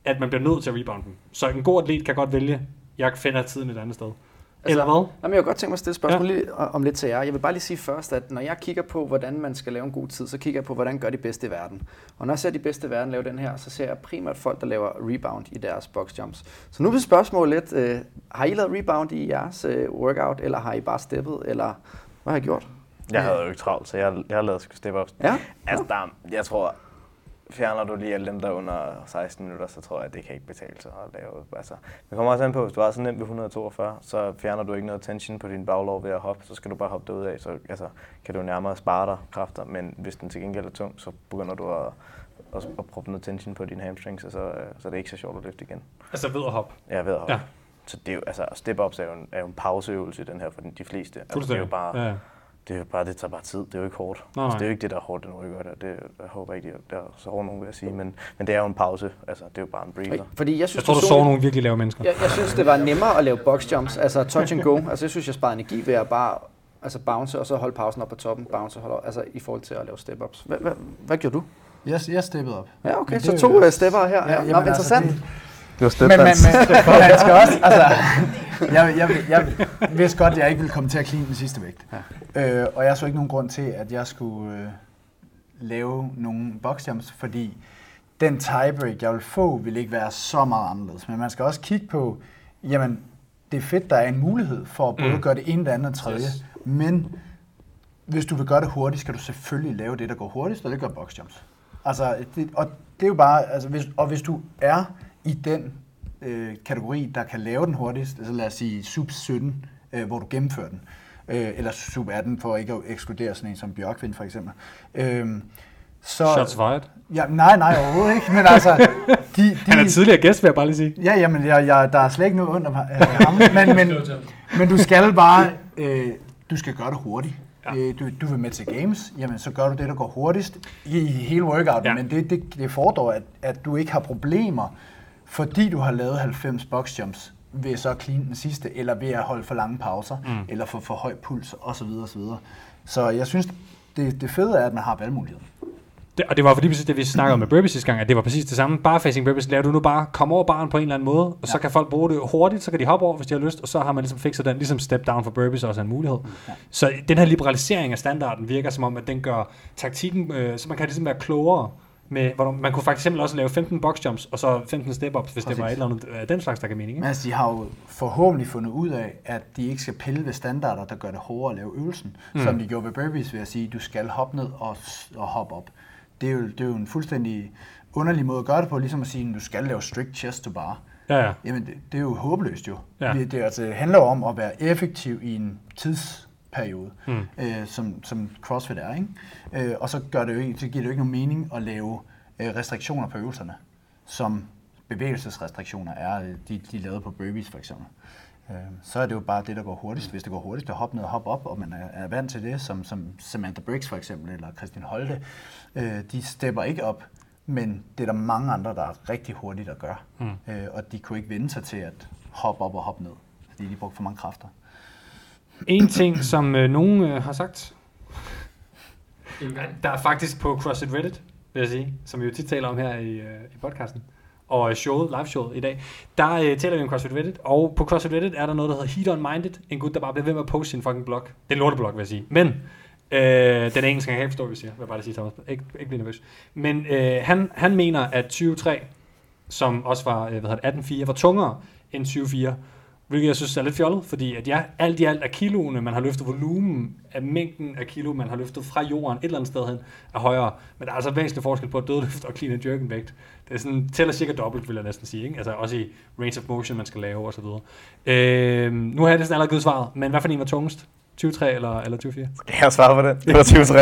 at man bliver nødt til at rebounde dem. Så en god atlet kan godt vælge, jeg finder tiden et andet sted. Altså, Eller hvad? Jamen, jeg vil godt tænke mig at stille et spørgsmål lige om lidt til jer. Jeg vil bare lige sige først, at når jeg kigger på, hvordan man skal lave en god tid, så kigger jeg på, hvordan gør de bedste i verden. Og når jeg ser de bedste i verden lave den her, så ser jeg primært folk, der laver rebound i deres box jumps. Så nu vil spørgsmålet lidt, har I lavet rebound i jeres workout, eller har I bare steppet, eller hvad har I gjort? Jeg havde jo ikke travlt, så jeg har lavet step-ups. Ja? Altså, jeg tror, fjerner du lige alle dem, der er under 16 minutter, så tror jeg, at det kan ikke betale sig at lave. Altså, det kommer også an på, hvis du har så nemt ved 142, så fjerner du ikke noget tension på din baglov ved at hoppe, så skal du bare hoppe derud af, så altså, kan du nærmere spare dig kræfter, men hvis den til gengæld er tung, så begynder du at proppe noget tension på dine hamstrings, og så er det ikke så sjovt at løfte igen. Altså ved at hoppe. Ja, ved at hoppe. Ja. Så det er jo, altså, step-ups er jo en pauseøvelse i den her for de fleste. Altså, det er jo bare... Ja. Det tager bare tid. Det er jo ikke hårdt. Nej. Altså, det er jo ikke det, der er hårdt, når du gør det. Jeg håber ikke, det er så hårdt nogen, vil jeg sige. Men det er jo en pause. Altså, det er jo bare en breather. Fordi jeg tror, du så nogle virkelig lave mennesker. Jeg synes, det var nemmere at lave box jumps, altså touch and go. Altså, jeg synes, jeg sparede energi ved at bare bounce, og så holde pausen op på toppen, bounce og holde, altså i forhold til at lave step-ups. Hvad gjorde du? Jeg steppede op. Ja, okay. Så 2 stepper her. Ja, jamen, interessant. Det var men man skal også, altså, jeg vidste godt, at jeg ikke ville komme til at clean den sidste vægt. Ja. Og jeg så ikke nogen grund til, at jeg skulle lave nogle boxjumps, fordi den tiebreak, jeg vil få, vil ikke være så meget anderledes. Men man skal også kigge på, jamen, det er fedt, der er en mulighed for at både gøre det ene, det andet og tredje. Yes. Men hvis du vil gøre det hurtigt, skal du selvfølgelig lave det, der går hurtigst, og det gør boxjumps. Altså, det er jo bare, altså, hvis du er i den kategori, der kan lave den hurtigst, altså lad os sige sub 17, hvor du gennemfører den, eller sub 18, for ikke at ekskludere sådan en som Bjørkvind for eksempel. Så, shots fired? Ja, nej, overhovedet ikke, men altså... Han er tidligere gæst, vil jeg bare lige sige. Ja, jamen, der er slet ikke noget ondt om ham, men du skal bare, du skal gøre det hurtigt. Ja. Du vil med til games, jamen så gør du det, der går hurtigst i hele workouten, ja. Men det fordrer, at du ikke har problemer, fordi du har lavet 90 box jumps ved så at clean den sidste, eller ved at holde for lange pauser, eller få for høj puls, osv. osv. Så jeg synes, det fede er, at man har valgmuligheder. Og det var fordi det, vi snakkede med burpees sidste gang, at det var præcis det samme. Bare facing burpees, laver du nu bare komme over baren på en eller anden måde, og så kan folk bruge det hurtigt, så kan de hoppe over, hvis de har lyst, og så har man ligesom fikset den, ligesom step down for burpees også en mulighed. Ja. Så den her liberalisering af standarden virker som om, at den gør taktikken, så man kan ligesom være klogere med, hvor man kunne faktisk også lave 15 box jumps, og så 15 step-ups, hvis det var et eller andet den slags, der kan mening. Men altså, de har jo forhåbentlig fundet ud af, at de ikke skal pille ved standarder, der gør det hårdere at lave øvelsen. Som de gjorde ved burpees, vil jeg sige, du skal hoppe ned og hoppe op. Det er jo en fuldstændig underlig måde at gøre det på, ligesom at sige, at du skal lave strict chest to bar. Ja. Jamen, det er jo håbløst jo. Ja. Det handler jo om at være effektiv i en tidsperiode, som CrossFit er, ikke? Og så giver det jo ikke nogen mening at lave restriktioner på øvelserne, som bevægelsesrestriktioner er, de lavede på burpees for eksempel. Så er det jo bare det, der går hurtigst. Hvis det går hurtigst at hoppe ned og hoppe op, og man er vant til det, som Samantha Briggs for eksempel, eller Kristin Holte, de stepper ikke op, men det er der mange andre, der er rigtig hurtigt at gøre. Og de kunne ikke vende sig til at hoppe op og hoppe ned, fordi de brugte for mange kræfter. En ting, som nogen har sagt, der er faktisk på CrossFit Reddit, vil jeg sige, som vi jo tit taler om her i podcasten, og live-showet i dag, der taler vi om CrossFit Reddit, og på CrossFit Reddit er der noget, der hedder Heat on Minded, en gut, der bare bliver ved med at poste sin fucking blog. Det er en lorteblog, vil jeg sige. Men, den er engelsk, jeg kan ikke forstå, hvad jeg siger, vil jeg bare lige sige, Thomas. Ikke blive nervøs. Men han mener, at 2023, som også var 18.4, var tungere end 20.4, hvilket jeg synes er lidt fjollet, fordi at alt i alt er kiloene, man har løftet, volumen af mængden af kilo, man har løftet fra jorden et eller andet sted hen, er højere. Men der er altså væsentlig forskel på dødløft og clean and jerk vægt. Det er sådan, tæller cirka dobbelt, vil jeg næsten sige. Ikke? Altså også i range of motion, man skal lave osv. Nu har jeg næsten allerede givet svaret, men hvad for en var tungest? 23 eller 24? Skal jeg svare på det? Det var 23.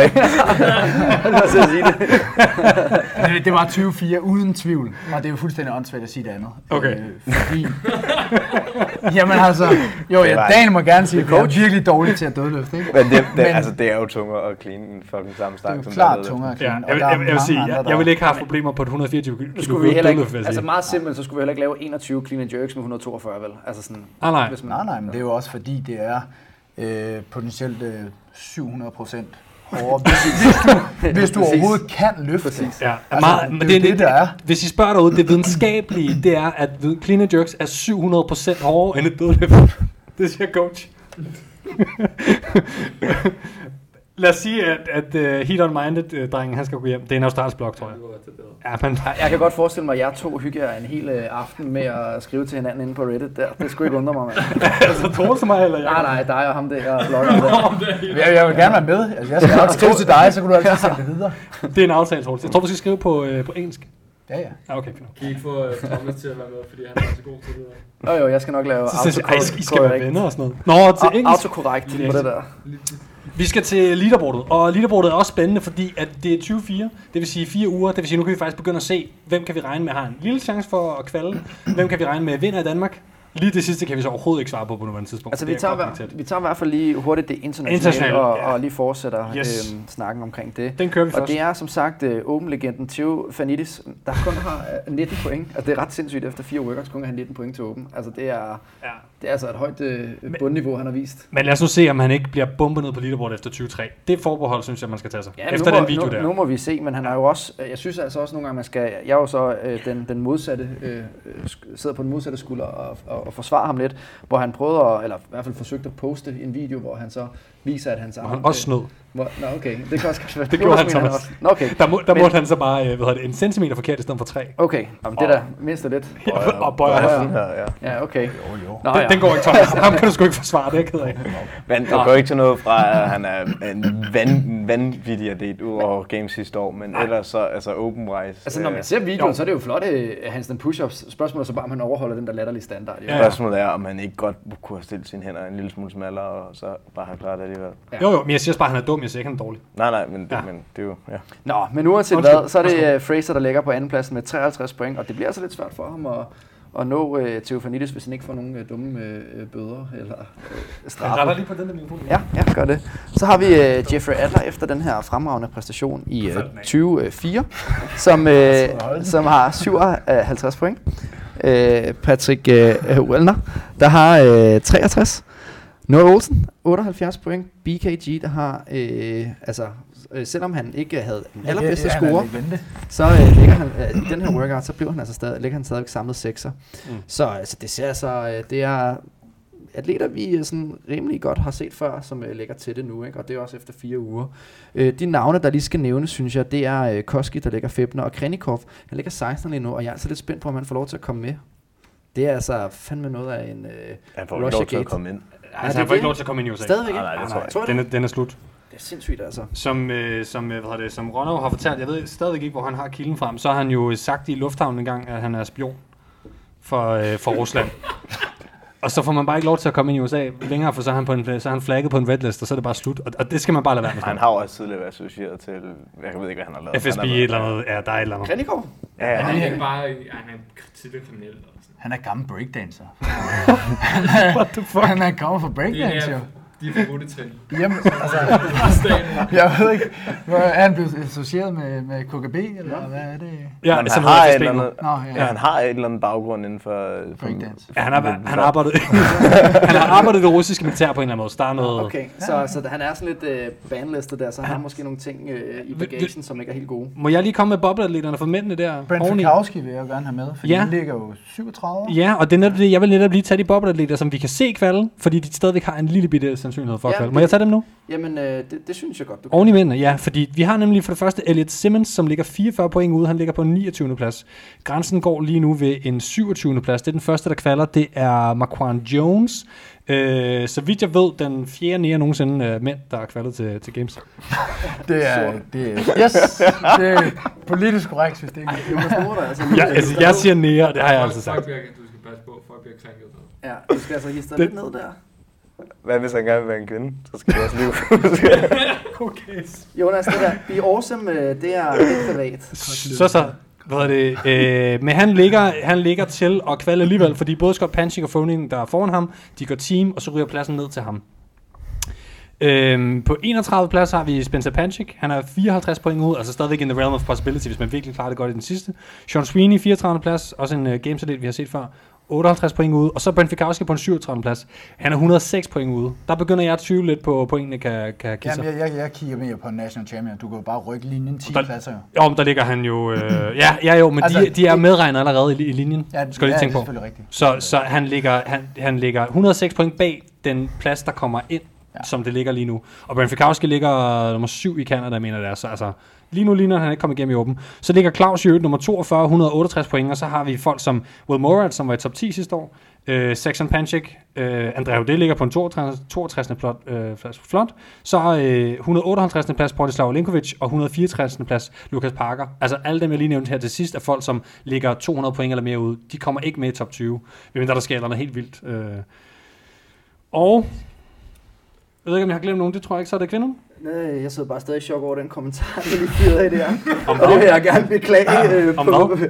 Det var 24 uden tvivl, og det er jo fuldstændig åndssvagt at sige det andet. Okay. Fordi... Jamen altså... Daniel må gerne sige, at jeg er virkelig dårlig til at dødløfte, ikke? Men altså, det er jo tungere at clean en fucking samme stang. Det er jo klart tungere at clean. Ja, jeg vil sige, jeg vil ikke have problemer på et 124 kilo dødløft, altså meget simpelt, så skulle vi heller ikke lave 21 clean and jerks med 142, vel? Altså sådan... Nej, men det er jo også fordi, det er potentielt 700% Hvis du overhovedet kan løfte. Præcis. Ja, Altså, meget, men det er det, der er. Hvis I spørger derude, det videnskabelige, det er, at clean and jerks er 700% hårdere end et dødløft. Det siger coach. Lad os sige, at Heat Unminded-drengen, han skal gå hjem. Det er en australsk blog, tror jeg. Ja, men... Jeg kan godt forestille mig, at jeg to hygger en hel aften med at skrive til hinanden inde på Reddit. Det skulle ikke undre mig, mand. altså, Troels og mig, eller jeg? Nej, dig og ham der, og blogger der. Jeg vil gerne være med. Altså, jeg skal nok skrive til dig, så kan du altid sende det videre. Det er en aftale, Troels. Jeg tror, du skal skrive på engelsk. Ja. Ja, okay, fint. Kan I ikke få Thomas til at være med, fordi han er så god til det der? Jo, jeg skal nok lave I skal være venner og sådan noget. Nå, til engelsk. Autokorrekt på det der. Vi skal til leaderboardet, og leaderboardet er også spændende, fordi at det er 24, det vil sige 4 uger, det vil sige, nu kan vi faktisk begynde at se, hvem kan vi regne med har en lille chance for at kvalde, hvem kan vi regne med vinder i Danmark. Lige det sidste kan vi så overhovedet ikke svare på nuværende tidspunkt. Altså vi tager i hvert fald lige hurtigt det internationale og lige fortsætter snakken omkring det. Den kører vi først. Og det er som sagt Open-legenden Theo Fanidis, der kun har 19 point. Altså det er ret sindssygt efter 4 workouts, kun have 19 point til Open. Altså det er altså et højt bundniveau, han har vist. Men lad os nu se, om han ikke bliver bumpet ned på leaderboardet efter 2023. Det forbehold, synes jeg, man skal tage sig. Ja, efter den video der. Nu må vi se, men han har jo også, jeg synes altså også nogle gange, man skal, jeg er jo så den modsatte, sidder på den modsatte skulder og forsvarer ham lidt, hvor han prøvede, eller i hvert fald forsøgte at poste en video, hvor han så viser, at hans arm... Han også snød. Nå, okay. Det kan også være. Det gjorde han, Thomas. Okay. Der måtte han så bare, en centimeter forkert i stedet for 3. Okay. Jamen, det der mindst lidt. Og bøjer. Ja, okay. Jo. Nå, den går ikke, Thomas. Ham kan du sgu ikke forsvare, det er jeg ked af. Men der går ikke til noget fra, at han er en vanvittig atlet ud over games sidste år, men ellers så, altså open-wise. Altså, når man ser videoen, så er det jo flot, handstand push-ups. Spørgsmålet er så bare, om han overholder den der latterlige standard. Spørgsmålet er, om han ikke godt kunne have stillet sine hænder en lille smule smallere, og så bare have klaret det alligevel. Jo, men jeg siger bare, at han er dum. Jeg siger ikke, han er dårlig. Nej, men det er jo... Ja. Nå, men uanset hvad, så er det Fraser, der ligger på andenpladsen med 53 point, og det bliver altså lidt svært for ham at nå Theo Fanidis, hvis han ikke får nogle dumme bøder eller straffe. Jeg retter lige på den der mikrofon. Ja, gør det. Så har vi Jeffrey Adler efter den her fremragende præstation i 2024, som har 57 point. Patrick Wellner, der har 63. Noah Olsen, 78 point. BKG, der har, selvom han ikke havde den allerbedste score, så ligger han, i den her workout, så bliver han altså ligger han stadigvæk samlet 6'er. Så altså, det ser altså, det er atleter, vi sådan rimelig godt har set før, som ligger til det nu, ikke? Og det er også efter 4 uger. De navne, der lige skal nævnes, synes jeg, det er Koski, der ligger 15'er, og Krenikov, han ligger 16'er lige nu, og jeg er altså lidt spændt på, om han får lov til at komme med. Det er altså fandme noget af en han får ikke lov til at komme ind. Altså, han får ikke lov til at komme ind i USA. Stadigvæk ikke? Nej, det tror jeg. Den er slut. Det er sindssygt, altså. Som Ronald har fortalt, jeg ved stadigvæk ikke, hvor han har kilden frem, så har han jo sagt i lufthavnen en gang, at han er spion for Rusland. Og så får man bare ikke lov til at komme ind i USA længere, for så er han flagget på en redlist, og så er det bare slut. Og det skal man bare lade være med. Han har jo også tidligere været associeret til, jeg ved ikke, hvad han har lavet. FSB eller noget, ja, der er et eller andet. Krenikov? Ja, han er ikke bare, han er tidligere kriminel. Han er gammel breakdancer. What the fuck? Han er gammel for breakdancer. De er forbudte trin. Jamen, altså, jeg ved ikke, er han blevet associeret med KGB, eller hvad er det? Ja, men han har har et eller andet, ja. han har et eller andet baggrund inden for breakdance. Ja, han har arbejdet i det russiske militær på en eller anden måde, så der er noget... Okay, så han er sådan lidt banlistet der, så han har måske nogle ting i bagagen, som ikke er helt gode. Må jeg lige komme med bobleatleterne for mændene der? Brent Fikowski vil jeg jo gerne have med, fordi han ligger jo 37. Ja, og det er netop det, jeg vil netop lige tage de bobleatleter, som vi kan se kvalde, fordi de stadigvæk har en lille bitte sandsynlighed for at kvalde. Må jeg tage dem nu? Jamen, det synes jeg godt, du kan. Oven i mændene, ja, fordi vi har nemlig for det første Elliot Simmons, som ligger 44 point ude, han ligger på en 29. plads. Grænsen går lige nu ved en 27. plads. Det er den første, der kvalder, det er Marquand Jones. Så vidt jeg ved, den fjerde nære nogensinde mænd, der er kvaldet til Games. Det er politisk korrekt system. Jeg siger nære, det har jeg altså sagt. Du skal passe på, folk bliver krænket. Ja, du skal altså hisse lidt ned der. Hvad hvis han gerne vil være en kvinde? Så skal det også lige Okay. Jonas, det der, Be Awesome, det er privat. Men han ligger til at kvalde alligevel, fordi både Scott Panchik og Foning, der er foran ham, de går team, og så ryger pladsen ned til ham. På 31. plads har vi Spencer Panchik. Han er 54 point ud, altså stadigvæk in the realm of possibility, hvis man virkelig klarer det godt i den sidste. Sean Sweeney, 34. plads, også en gamesadet, vi har set før. 58 point ude, og så Brent Fikowski på en 37. plads. Han er 106 point ude. Der begynder jeg at tvivle lidt på pointene kan give sig. Jamen, jeg kigger mere på National Champion. Du kan jo bare rykke linjen 10 pladser. Jo, der ligger han jo... men altså, de er medregnet allerede i linjen. Ja, skal jeg lige tænke på. Rigtigt. Så han ligger 106 point bag den plads, der kommer ind, som det ligger lige nu. Og Brent Fikowski ligger nummer 7 i Canada, mener det er. Så altså, lige nu ligner han ikke kommet igennem i Open. Så ligger Claus i øvrigt nummer 42, 168 point, og så har vi folk som Will Morat, som var i top 10 sidste år. Saxon Panchik, Andrea Houdet ligger på en 62. plads. Flot. Så 158. plads Bronislav Linkovic, og 164. plads Lucas Parker. Altså alle dem, jeg lige nævnte her til sidst, er folk, som ligger 200 point eller mere ud. De kommer ikke med i top 20, medmindre der sker noget helt vildt. Og jeg ved ikke, om jeg har glemt nogen. Det tror jeg ikke, så er det kvinderne. Nej, jeg sidder bare stadig i chok over den kommentar, jeg lige fyrede af det her. Og det vil jeg gerne beklage. Om hvad?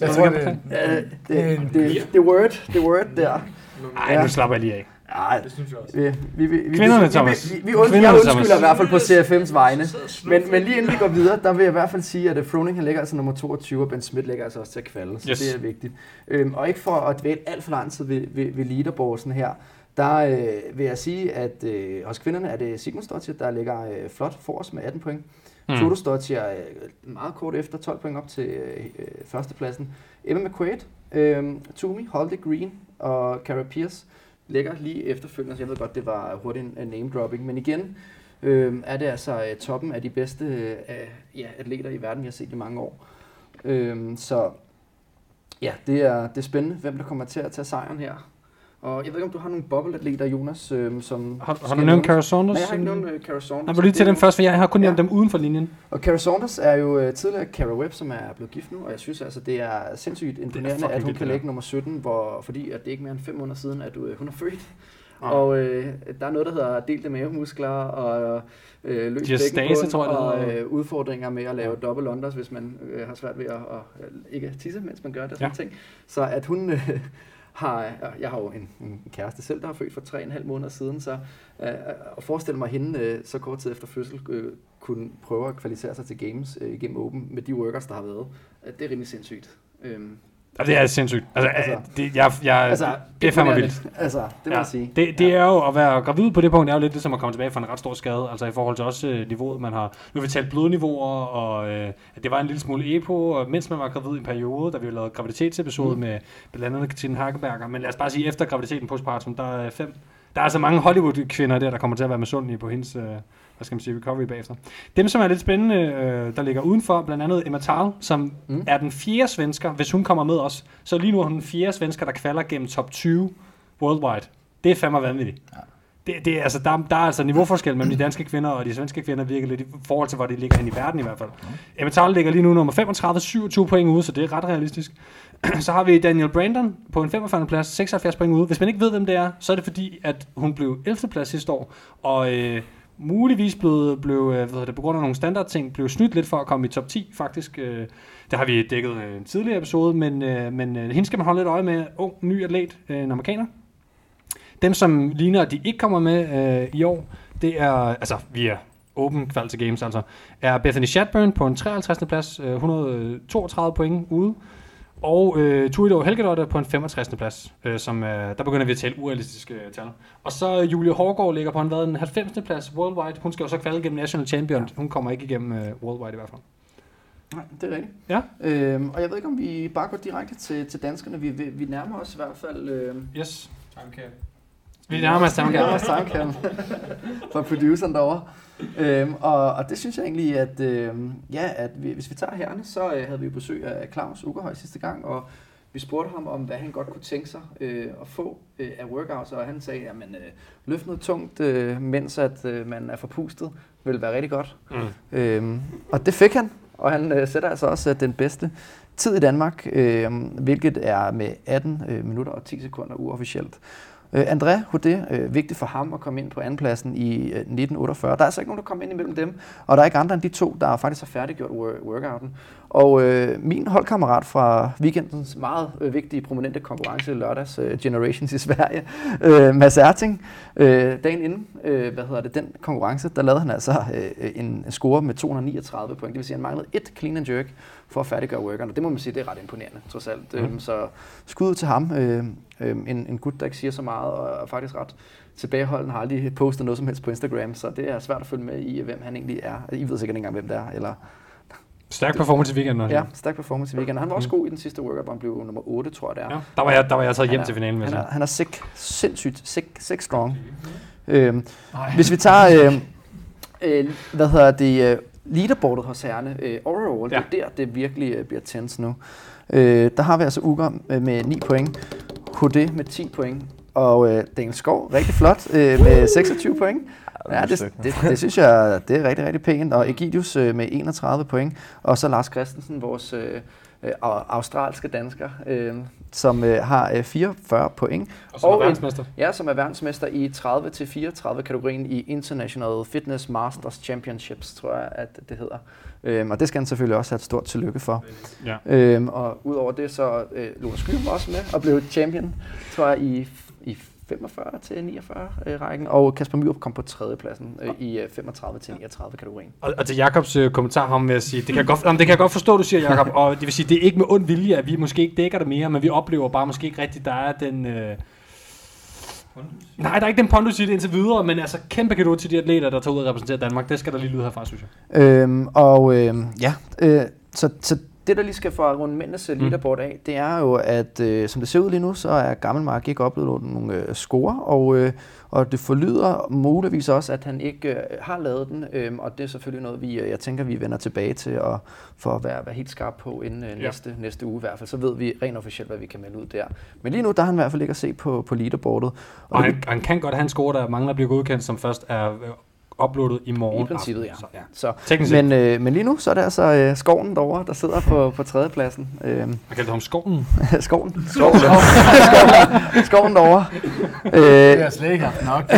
Det word der. Nej, nu slapper jeg lige af. Nej, det synes jeg også. Kvinderne, Thomas. Jeg undskylder i hvert fald på CFM's vegne. Men lige inden vi går videre, der vil jeg i hvert fald sige, at Froning han ligger altså nummer 22, og Ben Smith ligger altså også til at kvalde, så det er vigtigt. Og ikke for at dvæle alt for lang tid ved leaderboardsen her, der vil jeg sige, at hos kvinderne er det Sigmundsdóttir, der ligger flot for os med 18 point. Tudor-Dottir meget kort efter 12 point op til førstepladsen. Emma McQuaid, Toomey, Holly Green og Cara Pierce ligger lige efterfølgende. Jeg ved godt, det var hurtigt en name-dropping, men igen er det altså toppen af de bedste atleter i verden, vi har set i mange år. Så ja, det er spændende, hvem der kommer til at tage sejren her. Og jeg ved ikke, om du har nogle bobbleatleter, Jonas, som... Har du nævnt Cara Saunders? Nej, jeg har ikke nævnt Cara Saunders. Nej, vil du lige til dem først, for jeg har kun nævnt dem uden for linjen. Og Cara Saunders er jo tidligere Cara Webb, som er blevet gift nu, og jeg synes altså, det er sindssygt imponerende, at hun kan lægge nummer 17, fordi at det ikke mere end 5 måneder siden, at hun er født. Og der er noget, der hedder delte mavemuskler og løs bækkenbund og udfordringer med at lave double unders, hvis man har svært ved at ikke tisse, mens man gør det, sådan ting. Så at hun... jeg har jo en kæreste selv, der har født for 3,5 måneder siden, så at forestille mig hende så kort tid efter fødsel kunne prøve at kvalificere sig til games igennem Open med de workers, der har været. Det er rimelig sindssygt. Det er sindssygt. Det er fandme vildt. Altså, det må jeg sige. Det er jo at være gravid på det punkt, er jo lidt det, som at komme tilbage fra en ret stor skade, altså i forhold til også niveauet, man har. Nu har vi talt blodniveauer, og det var en lille smule EPO, og mens man var gravid i en periode, da vi jo lavede graviditetsepisode med blandt andet Katrine Hageberger, men lad os bare sige, efter graviditeten postpartum, der er 5. Der er altså mange Hollywood-kvinder der kommer til at være misundelige på hendes recovery bagefter. Dem, som er lidt spændende, der ligger udenfor, blandt andet Emma Thal, som er den 4. svensker, hvis hun kommer med os. Så lige nu er hun den 4. svensker, der kvalder gennem top 20 worldwide. Det er fandme vanvittigt. Ja. Det er, altså, der er altså niveauforskel mellem de danske kvinder og de svenske kvinder, virker lidt i forhold til, hvor de ligger hen i verden i hvert fald. Emma Thal ligger lige nu nummer 35, 27 point ude, så det er ret realistisk. Så har vi Daniel Brandon på en 45. plads, 76 point ude. Hvis man ikke ved, hvem det er, så er det fordi, at hun blev 11. plads sidste år, og muligvis blev på grund af nogle standardting, blev snydt lidt for at komme i top 10, faktisk. Det har vi dækket en tidligere episode, men hende skal man holde lidt øje med. Ung, ny atlet, en amerikaner. Dem, som ligner, at de ikke kommer med i år, det er, altså via Open Kval til Games, altså, er Bethany Shadburn på en 53. plads, 132 point ude. Og Turidor Helgedotter på en 65. plads, der begynder vi at tale urealistiske tal. Og så Julie Hårgaard ligger på en 90. plads worldwide. Hun skal jo så kvalde gennem National Champion. Hun kommer ikke igennem worldwide i hvert fald. Nej, det er rigtigt. Ja. Og jeg ved ikke, om vi bare går direkte til danskerne. Vi nærmer os i hvert fald... Yes. Timecap. Vi nærmer os timecap. For produceren derovre. Og det synes jeg egentlig, at hvis vi tager herrene, så havde vi besøg af Claus Ugerhøj sidste gang, og vi spurgte ham om, hvad han godt kunne tænke sig at få af workouts, og han sagde, at løft noget tungt, mens at man er forpustet, vil være rigtig godt. Og det fik han, og han sætter altså også den bedste tid i Danmark, hvilket er med 18 minutter og 10 sekunder uofficielt. André Houdet, vigtigt for ham at komme ind på andenpladsen i 1948. Der er altså ikke nogen, der kommer ind imellem dem, og der er ikke andre end de to, der faktisk har færdiggjort workouten. Og min holdkammerat fra weekendens meget vigtige, prominente konkurrence lørdags, Generations i Sverige, Mads Erting, dagen inden den konkurrence, der lavede han altså en score med 239 point. Det vil sige, at han manglede et clean and jerk for at færdiggøre workouten. Og det må man sige, det er ret imponerende, trods alt. Så skud til ham. En gut, der ikke siger så meget, og er faktisk ret tilbageholden, har aldrig postet noget som helst på Instagram, så det er svært at følge med i, hvem han egentlig er. I ved sikkert ikke engang, hvem det er, eller... Stærk performance i weekenden også. Ja, stærk performance i weekenden. Han var også god i den sidste workout, hvor han blev nummer 8, tror jeg det er. Ja, der var jeg taget hjem til finalen med. Han er sick strong. Hvis vi tager, leaderboardet hos herrene, overall, det er der, det virkelig bliver tense nu. Der har vi altså Uger med 9 point, Houdet med 10 point, og Daniel Skov, rigtig flot, med 26 point. Ja, det synes jeg, det er rigtig, rigtig pænt. Og Egidius med 31 point. Og så Lars Christensen, vores australske dansker, som har 44 point. Og som er verdensmester. Ja, som er verdensmester i 30-34 kategorien i International Fitness Masters Championships, tror jeg, at det hedder. Og det skal han selvfølgelig også have et stort tillykke for. Ja. Og udover det, så Lukas Gyr var også med og blev champion, tror jeg, i 45-49 rækken, og Kasper Myrup kom på 3. pladsen i 35-39 kategorien. Og til Jakobs kommentar ham vil jeg sige, det kan jeg godt forstå, du siger, Jakob, og det vil sige, det er ikke med ond vilje, at vi måske ikke dækker det mere, men vi oplever bare måske ikke rigtigt, der er den... Nej, der er ikke den pondus i det indtil videre, men altså kæmpe cadeau til de atleter, der tager ud og repræsenterer Danmark. Det skal der lige lyde herfra, synes jeg. Så det, der lige skal få rundt mændenes leaderboard af, det er jo, at som det ser ud lige nu, så er Gammelmark ikke oplevet nogle score, og det forlyder muligvis også, at han ikke har lavet den, og det er selvfølgelig noget, jeg tænker, vi vender tilbage til, og for at være helt skarp på inden næste uge i hvert fald, så ved vi rent officielt, hvad vi kan melde ud der. Men lige nu, der er han i hvert fald ikke at se på leaderboardet. Og han kan godt have en score, der mangler at blive godkendt, som først er... uploadet i morgen. I princippet, ja. Så. Men lige nu, så er det altså Skoven derovre, der sidder på 3. pladsen. Jeg kalder ham Skoven. Skoven derovre. Det har slet ikke haft nok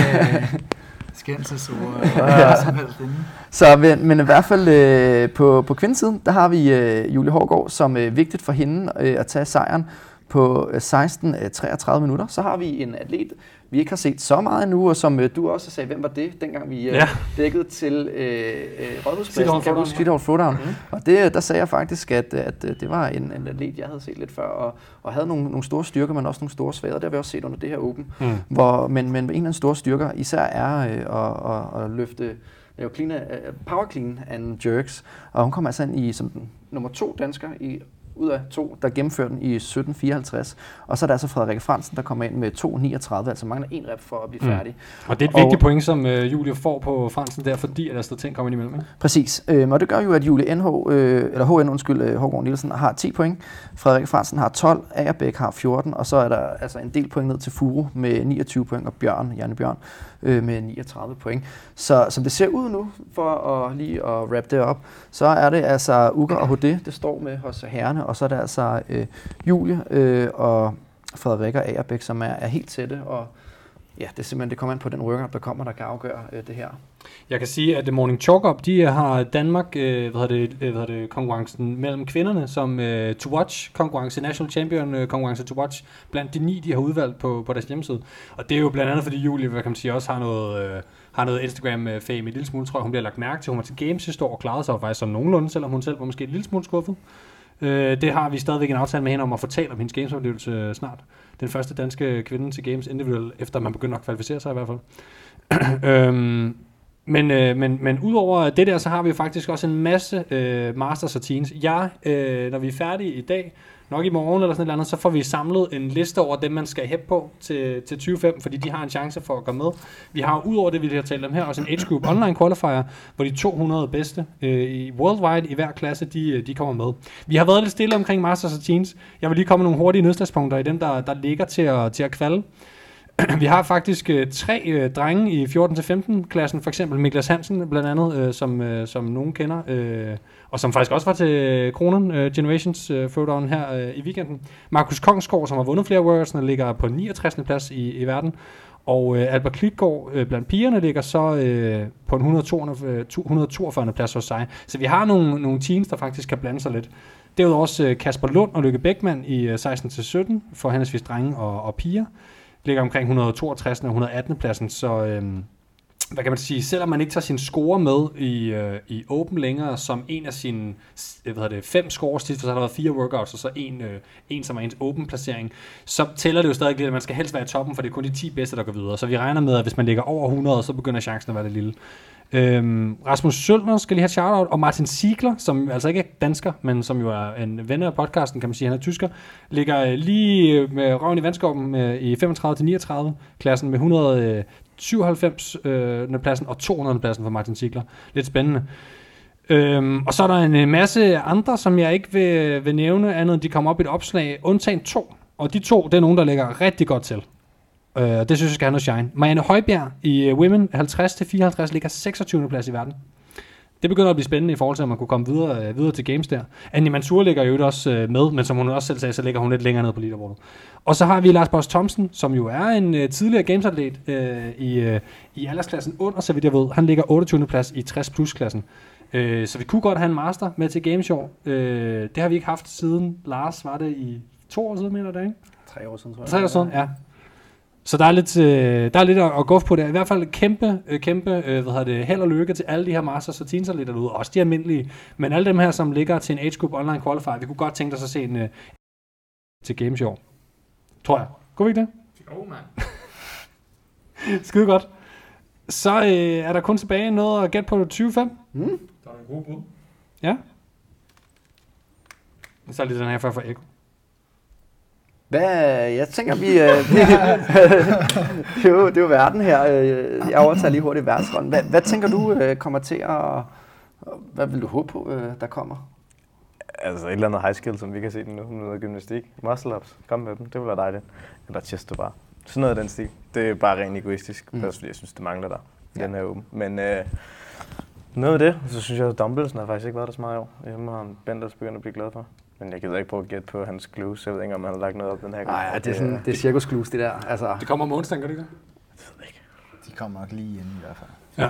skændselsord. Men i hvert fald på kvindesiden, der har vi Julie Hårgaard, som er vigtigt for hende at tage sejren på 16-33 minutter. Så har vi en atlet, vi ikke har set så meget endnu, og som du også sagde, hvem var det, dengang vi dækkede til Rådhuspladsen, Sweetheart Throwdown. Og der sagde jeg faktisk, at det var en atlet, jeg havde set lidt før, og havde nogle store styrker, men også nogle store svagheder. Det har vi også set under det her Open. Men en af de store styrker især er at løfte power clean and jerks, og hun kom altså ind i som den nummer 2 dansker ud af 2, der gennemførte den i 1754. Og så er der altså Frederikke Fransen, der kommer ind med 2,39, altså mangler 1 rep for at blive færdig. Og det er et vigtigt point, som Julie får på Fransen der, fordi at der står ting kommer ind imellem, ikke? Præcis. Og det gør jo, at Julie Hårgaard Nielsen har 10 point, Frederikke Fransen har 12, Agerbæk har 14, og så er der altså en del point ned til Furu med 29 point, og Janne Bjørn med 39 point. Så som det ser ud nu, for at lige at wrap det op, så er det altså Uger og Houdet, det står med hos herrene, og så er det altså Julie og Frederikke og Agerbæk, som er helt tætte, og ja, det er simpelthen, det kommer an på den workout, der kommer, der kan afgøre det her. Jeg kan sige, at Morning Chalk Up, de har Danmark, konkurrencen mellem kvinderne, som To Watch konkurrence, National Champion konkurrence To Watch, blandt de 9, de har udvalgt på deres hjemmeside. Og det er jo blandt andet, fordi Julie, hvad kan man sige, også har noget Instagram-fame en lille smule, tror jeg, hun bliver lagt mærke til. Hun var til Games sidste år og klarede sig faktisk som nogenlunde, selvom hun selv var måske en lille smule skuffet. Det har vi stadigvæk en aftale med hende om at fortælle om hendes gamesoplevelse snart. Den første danske kvinde til Games individuelt, efter man begynder at kvalificere sig i hvert fald. Men udover det der, så har vi faktisk også en masse masters og teens. Når vi er færdige i dag, nok i morgen eller sådan et eller andet, så får vi samlet en liste over dem, man skal hæppe på til 2025, fordi de har en chance for at komme med. Vi har udover det, vi har talt om her, også en Age Group Online Qualifier, hvor de 200 bedste i worldwide i hver klasse, de kommer med. Vi har været lidt stille omkring masters og teens. Jeg vil lige komme med nogle hurtige nedslagspunkter i dem, der ligger til at kvalde. Vi har faktisk 3 drenge i 14-15-klassen, for eksempel Miklas Hansen blandt andet, som nogen kender, og som faktisk også var til Kronen Generations Throwdown her i weekenden. Markus Kongsgaard, som har vundet flere worlds, ligger på 69. plads i verden, og Albert Klitgaard blandt pigerne ligger så på en 142. plads hos sig. Så vi har nogle teams, der faktisk kan blande sig lidt. Derudover også Kasper Lund og Lykke Bækman i 16-17 for henholdsvis drenge og piger. Ligger omkring 162. og 118. pladsen, så hvad kan man sige, selvom man ikke tager sin score med i Open længere som en af sine 5 scores, for så har der været 4 workouts, og så en som er ens Open-placering, så tæller det jo stadig lidt, at man skal helst være i toppen, for det er kun de 10 bedste, der går videre. Så vi regner med, at hvis man ligger over 100, så begynder chancen at være lidt lille. Rasmus Sølner skal lige have et shout-out, og Martin Ziegler, som altså ikke er dansker, men som jo er en ven af podcasten, kan man sige, han er tysker, ligger lige med røven i vandskåben i 35-39 klassen med 197. Pladsen og 200. pladsen for Martin Ziegler. Lidt spændende. Og så er der en masse andre, som jeg ikke vil nævne, andet end de kommer op i et opslag, undtagen 2. Og de 2, det er nogen, der ligger rigtig godt til. Det synes jeg skal have noget shine. Marianne Højbjerg i Women 50-54 ligger 26. plads i verden. Det begynder at blive spændende i forhold til, at man kunne komme videre til games der. Annie Mansour ligger jo også med, men som hun også selv sagde, så ligger hun lidt længere ned på leaderboardet. Og så har vi Lars Boss Thomsen, som jo er en tidligere gamesatlet i aldersklassen under, så vidt jeg ved. Han ligger 28. plads i 60+-klassen. Så vi kunne godt have en master med til Games i år. Det har vi ikke haft siden Lars, var det i 2 år siden, mener du det, ikke? 3 år siden, tror jeg. 3 år siden, ja. Så der er lidt at gå på det. I hvert fald kæmpe held og lykke til alle de her masters og teens lidt derude. Også de almindelige. Men alle dem her, som ligger til en age group online qualifier, vi kunne godt tænke os at se en til Games i år. Tror jeg. Kunne vi ikke det? Jo, mand. Skide godt. Så er der kun tilbage noget at gætte på 25. Der er en god bud. Ja. Så er det den her for Eko. Jeg tænker, det er jo verden her. Jeg overtager lige hurtigt værtsrollen. Hvad tænker du kommer til at... Hvad vil du håbe på, der kommer? Altså et eller andet high skill, som vi kan se den nu. Noget gymnastik. Muscle-ups. Kom med dem. Det vil være dejligt. Eller chest to bar. Sådan noget af den stil. Det er bare rent egoistisk. Først fordi jeg synes, det mangler der. Den er åben. Men noget af det, så synes jeg, at dumbbellsen har faktisk ikke været der så meget i år. Hjemme har Bent også begyndt at blive glad for. Men jeg gider ikke prøve at gætte på hans glues. Jeg ved ikke, om han har lagt noget op den her gang. Nej, det er sådan, det er cirkus glues, det der. Altså. Det kommer om onsdagen, gør det ikke? Jeg ved ikke. De kommer nok lige ind i hvert fald. Ja.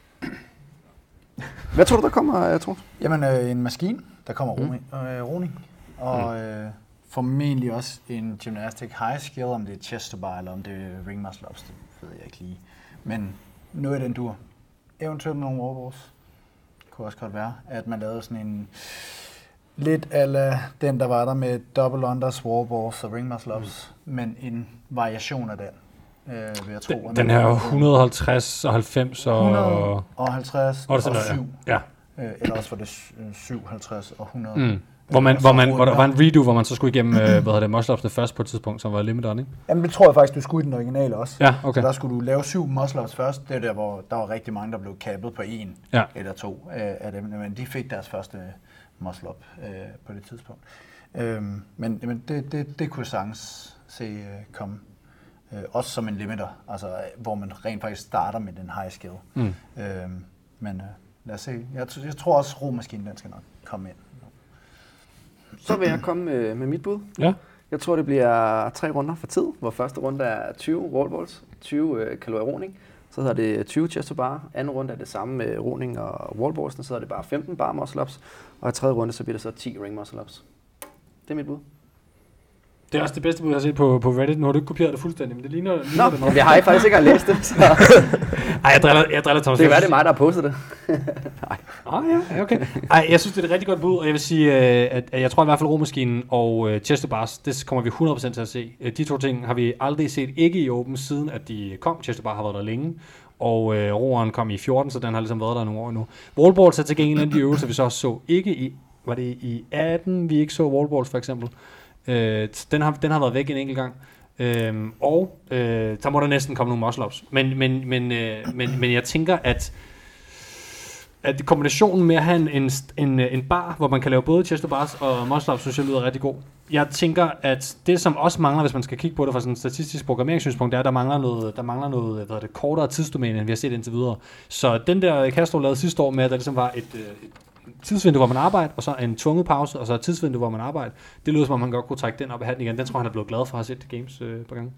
Hvad tror du, der kommer, Troels? Jamen, en maskine, der kommer roning. Og formentlig også en gymnastic high skill, om det er chest to bar, eller om det er ring muscle ups, det ved jeg ikke lige. Men noget af den dur. Eventuelt nogle wallballs. Kunne også godt være, at man lavede sådan en... Lidt ala den, der var der med double unders, wallballs og ring muscle ups, men en variation af den, vil jeg tro. Den her 150 og 90 og... 150 og 7. Ja. Eller også var det 57 og 100. Hvor der var en redo, hvor man så skulle igennem muscle-upsene først på et tidspunkt, som var limited, ikke? Jamen det tror jeg faktisk, du skulle i den originale også. Ja, okay. Så der skulle du lave 7 muscle-ups først. Det er der, hvor der var rigtig mange, der blev kappet på 1 eller 2 af dem. Men de fik deres første muscle-up på det tidspunkt. Men det kunne sagtens se komme. Også som en limiter, altså hvor man rent faktisk starter med den high skill. Men lad os se. Jeg tror også, romaskinen den skal nok komme ind. Så vil jeg komme med mit bud. Ja. Jeg tror, det bliver 3 runder for tid, hvor første runde er 20 wallballs, 20 kalorier roning. Så hedder det 20 chest to bar. Anden runde er det samme med roning og wallballs, så er det bare 15 bar muscle ups. Og i tredje runde, så bliver det så 10 ring muscle ups. Det er mit bud. Det er også det bedste bud, jeg har set på Reddit. Nu har du ikke kopieret det fuldstændig, men det ligner det noget. Jeg har faktisk ikke læst det. Så. Ej, jeg driller Thomas. Det kan være, det er mig, der har postet det. Nej. Ja, okay. Ej, jeg synes, det er et rigtig godt bud, og jeg vil sige, at jeg tror i hvert fald romaskinen og chest to bars, det kommer vi 100% til at se. De 2 ting har vi aldrig set ikke i Open, siden at de kom. Chest to bar har været der længe, og roeren kom i 14, så den har ligesom været der nogle år nu. Wallballs er til gengæld en af de øvelser, vi så ikke i, var det i 18, vi ikke så wallballs for eksempel. Den har været væk en enkelt gang. Så må der næsten komme nogle muscle-ups. Men jeg tænker, at at kombinationen med at have en bar, hvor man kan lave både chest bars og muscle-ups, synes jeg lyder rigtig god. Jeg tænker, at det som også mangler, hvis man skal kigge på det fra sådan en statistisk programmeringssynspunkt, det er, at der mangler noget kortere tidsdomæne, end vi har set indtil videre. Så den der Castro lavede sidste år med, at der ligesom var et tidsvindue, hvor man arbejder, og så en tvunget pause, og så et tidsvindue, hvor man arbejder. Det lyder som om, man godt kunne trække den op af hatten igen. Den tror han er blevet glad for at have set games på gang.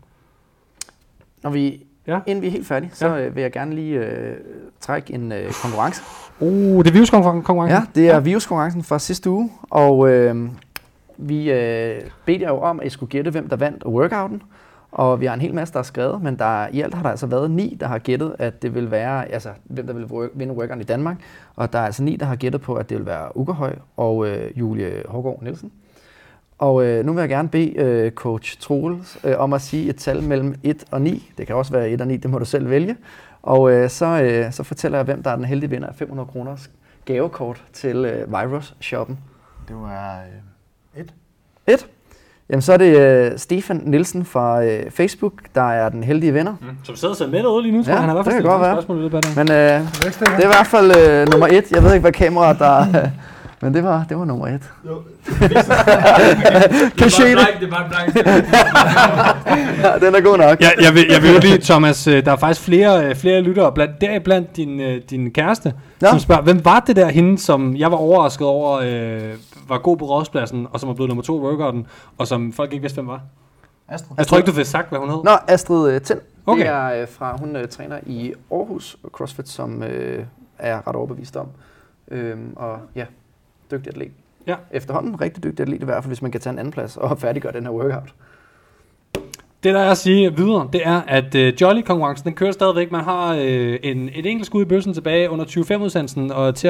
Inden vi er helt færdige, så vil jeg gerne lige trække en konkurrence. Det er viruskonkurrencen? Ja, det er viruskonkurrencen fra sidste uge, og vi bedte jer jo om, at I skulle gætte, hvem der vandt workouten. Og vi har en hel masse, der har skrevet, men i alt har der altså været 9, der har gættet, at det vil være, altså hvem der vil vinde workouten i Danmark. Og der er altså 9, der har gættet på, at det vil være Ugerhøj og Julie Hårgaard Nielsen. Og nu vil jeg gerne bede coach Troels om at sige et tal mellem 1 og 9. Det kan også være 1 og 9, det må du selv vælge. Og så fortæller jeg, hvem der er den heldige vinder af 500 kroners gavekort til Virus-shoppen. Det var 1. 1? Jamen så er det Stefan Nielsen fra Facebook, der er den heldige vinder. Som sidder sig med derude lige nu, tror jeg. Han har i hvert fald stillet spørgsmål i løbet af det. Men det er i hvert fald nummer 1. Jeg ved ikke, hvad kameraet der men det var nummer 1. Jo. Kan I se det? Det var en blank. Ja, den er god nok. Ja, jeg vil jo lige, Thomas, der er faktisk flere lyttere, deriblandt din kæreste, som spørger, hvem var det der hende, som jeg var overrasket over, var god på rådspladsen, og som er blevet nummer 2 i workouten, og som folk ikke vidste, hvem var? Astrid. Jeg tror ikke, du fik sagt, hvad hun hed. Nå, Astrid Tind. Okay. Det er fra, hun træner i Aarhus CrossFit, som er ret overbevist om. Og ja, dygtig atlet. Ja. Efterhånden rigtig dygtig atlet, i hvert fald hvis man kan tage en anden plads og færdiggøre den her workout. Det der er at sige videre, det er, at Jolly-konkurrencen, den kører stadigvæk. Man har et enkelt skud i bøssen tilbage under 25-udsendelsen, og til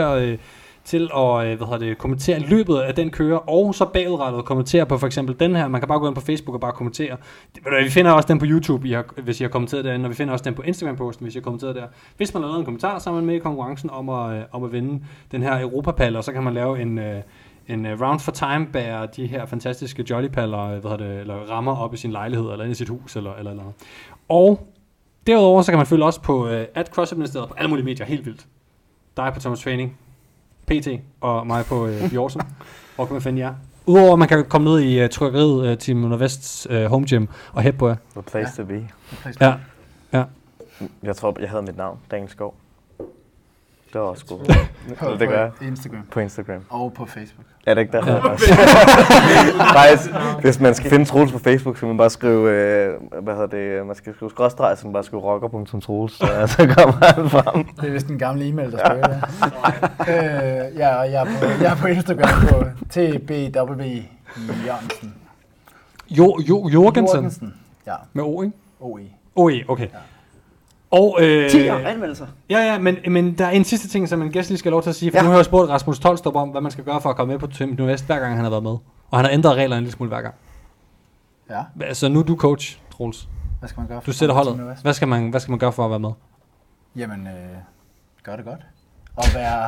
at kommentere løbet af den kører, og så bagudrettet kommentere på for eksempel den her. Man kan bare gå ind på Facebook og bare kommentere. Vi finder også den på YouTube, hvis I har kommenteret derinde, og vi finder også den på Instagram-posten, hvis I har kommenteret der. Hvis man har lavet en kommentar, så er man med i konkurrencen om at vinde den her Europapal, og så kan man lave en round for time bærer de her fantastiske jollypaller, eller rammer op i sin lejlighed, eller ind i sit hus, eller noget. Og derudover, så kan man følge os på @CrossFit-ministeriet på alle mulige medier, helt vildt. Dig på Thomas Training, PT, og mig på Bjorsen. Hvor kan man finde jer? Udover at man kan komme ned i trykkeriet Team Nordvests home gym og hæppe på jer. The place to be. Ja. Jeg tror, jeg havde mit navn, Daniel Skov. Det var også godt. Det gør jeg. Instagram. På Instagram. Og på Facebook. Er det ikke der? Ja. Faktisk, hvis man skal finde Troels på Facebook, så man bare skrive, man skal skrive skråstreg, så man bare skrive rocker.troels, så kommer han frem. Det er vist en gammel e-mail, der skriver det. Jeg er på Instagram på TBW Jørgensen. Jorgensen? Ja. Med O, ikke? OE. OE, okay. Ja. Og 10 anmeldelser. Ja, men der er en sidste ting, som en gæst lige skal have lov til at sige, for nu har jeg spurgt Rasmus Tolstrup om, hvad man skal gøre for at komme med på Team Nordvest, hver gang han har været med. Og han har ændret reglerne en lille smule hver gang. Ja. Altså nu er du coach, Troels. Hvad skal man gøre for du sætter holdet. Hvad skal man gøre for at være med? Jamen, gør det godt. Og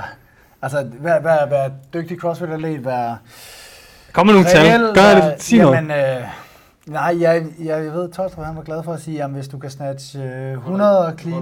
være dygtig CrossFit-atlet, være... Kom med nogle tal. Sig noget. Nej, jeg ved, Tolstrup han var glad for at sige, at hvis du kan snatche 100 clean...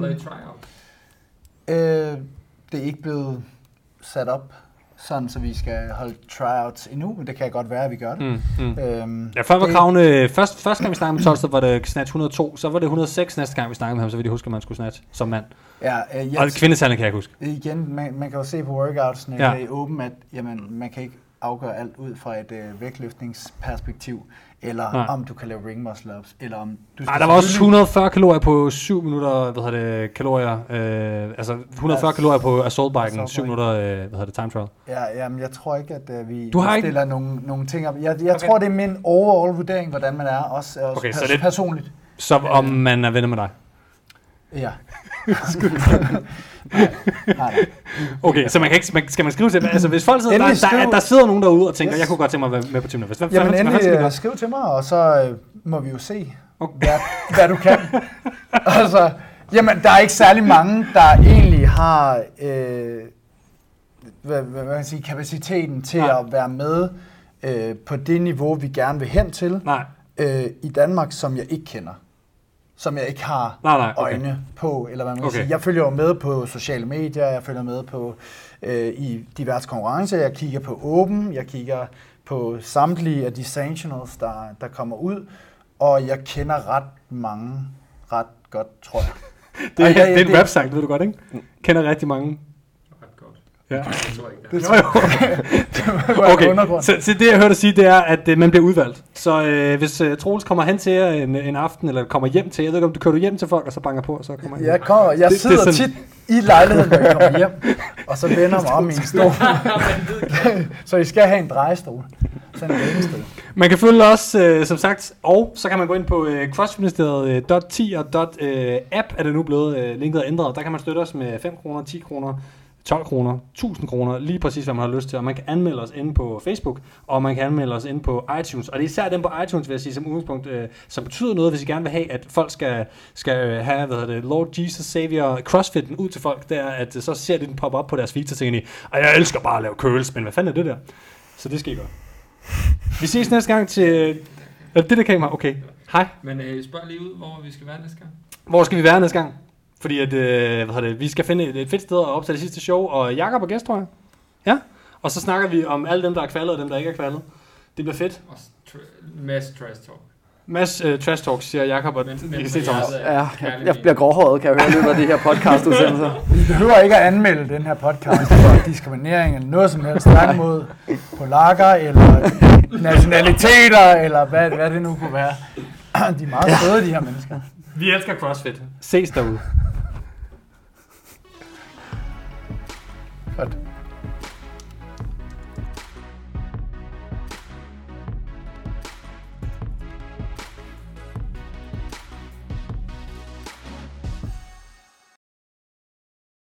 det er ikke blevet sat op sådan, så vi skal holde tryouts endnu, men det kan godt være, at vi gør det. Før var kravene... Første gang vi snakkede med Tolstrup, var det snatch 102, så var det 106 næste gang vi snakkede med ham, så vil de huske, at man skulle snatch som mand. Ja, og kvindetallene kan jeg huske. Igen, man kan jo se på workoutsene i åben, at jamen, man kan ikke afgøre alt ud fra et vægtløftningsperspektiv, eller om du kan lave ring muscle ups, eller om du skal... der var også 140 kalorier på 7 minutter, kalorier, altså 140 kalorier på assault biken, 7 minutter, time trial. Ja, jamen, jeg tror ikke, at vi stiller nogle ting op. Jeg tror, det er min overall vurdering, hvordan man er, også personligt. Som om man er venner med dig? Ja. Nej. Okay, så man kan ikke, skal man skrive til, altså hvis folk sidder, der sidder nogen derude og tænker, jeg kunne godt tænke mig at være med på Team Nordvest. Jamen endelig skriv til mig, og så må vi jo se, hvad du kan. Altså, jamen der er ikke særlig mange, der egentlig har hvad kan jeg sige, kapaciteten til at være med på det niveau, vi gerne vil hen til i Danmark, som jeg ikke kender. som jeg ikke har okay. øjne på, eller hvad man kan sige. Jeg følger jo med på sociale medier, jeg følger med på i diverse konkurrencer, jeg kigger på Open, jeg kigger på samtlige af de sanctionals, der kommer ud, og jeg kender ret mange ret godt, tror jeg. det er en website, ved du godt, ikke? Kender rigtig mange. Ja. Det tror jeg ikke. Okay, så det jeg hørte dig sige, det er, at man bliver udvalgt. Så hvis Troels kommer hen til jer en aften, eller kommer hjem til, jeg ved ikke, om du kører hjem til folk, og så banker på, og så kommer jeg sidder det tit i lejligheden, når jeg kommer hjem, og så vender mig om i en stol. Så I skal have en drejestol. Sådan en lænestol. Man kan følge os, som sagt, og så kan man gå ind på crossfitministeriet.10 og .app er det nu blevet linket og ændret. Der kan man støtte os med 5 kroner, 10 kroner, 12 kroner, 1000 kroner, lige præcis hvad man har lyst til. Og man kan anmelde os inde på Facebook, og man kan anmelde os inde på iTunes. Og det er især dem på iTunes, vil jeg sige, som udgangspunkt, som betyder noget, hvis I gerne vil have, at folk skal have, Lord Jesus Savior CrossFitten ud til folk, der at så ser de den poppe op på deres feed, så tænker de, og jeg elsker bare at lave curls, men hvad fanden er det der? Så det skal I gøre. Vi ses næste gang til... det der kamera, okay. Hej. Men spørg lige ud, hvor vi skal være næste gang. Hvor skal vi være næste gang? Fordi at, vi skal finde et fedt sted at optage det sidste show, og Jakob og gæst, tror jeg. Ja. Og så snakker vi om alle dem, der er kvalet, og dem, der ikke er kvalet. Det bliver fedt. Masse trash talk. Masse trash talk, siger Jakob, og I kan se Thomas. Ja, jeg bliver gråhåret, kan jeg høre løbet af det her podcast-udsendelser. Vi behøver ikke at anmelde den her podcast for diskriminering eller noget som helst. Tværtimod polakker eller nationaliteter, eller hvad det nu kunne være. De er meget søde, de her mennesker. Vi elsker CrossFit. Ses derude. Godt.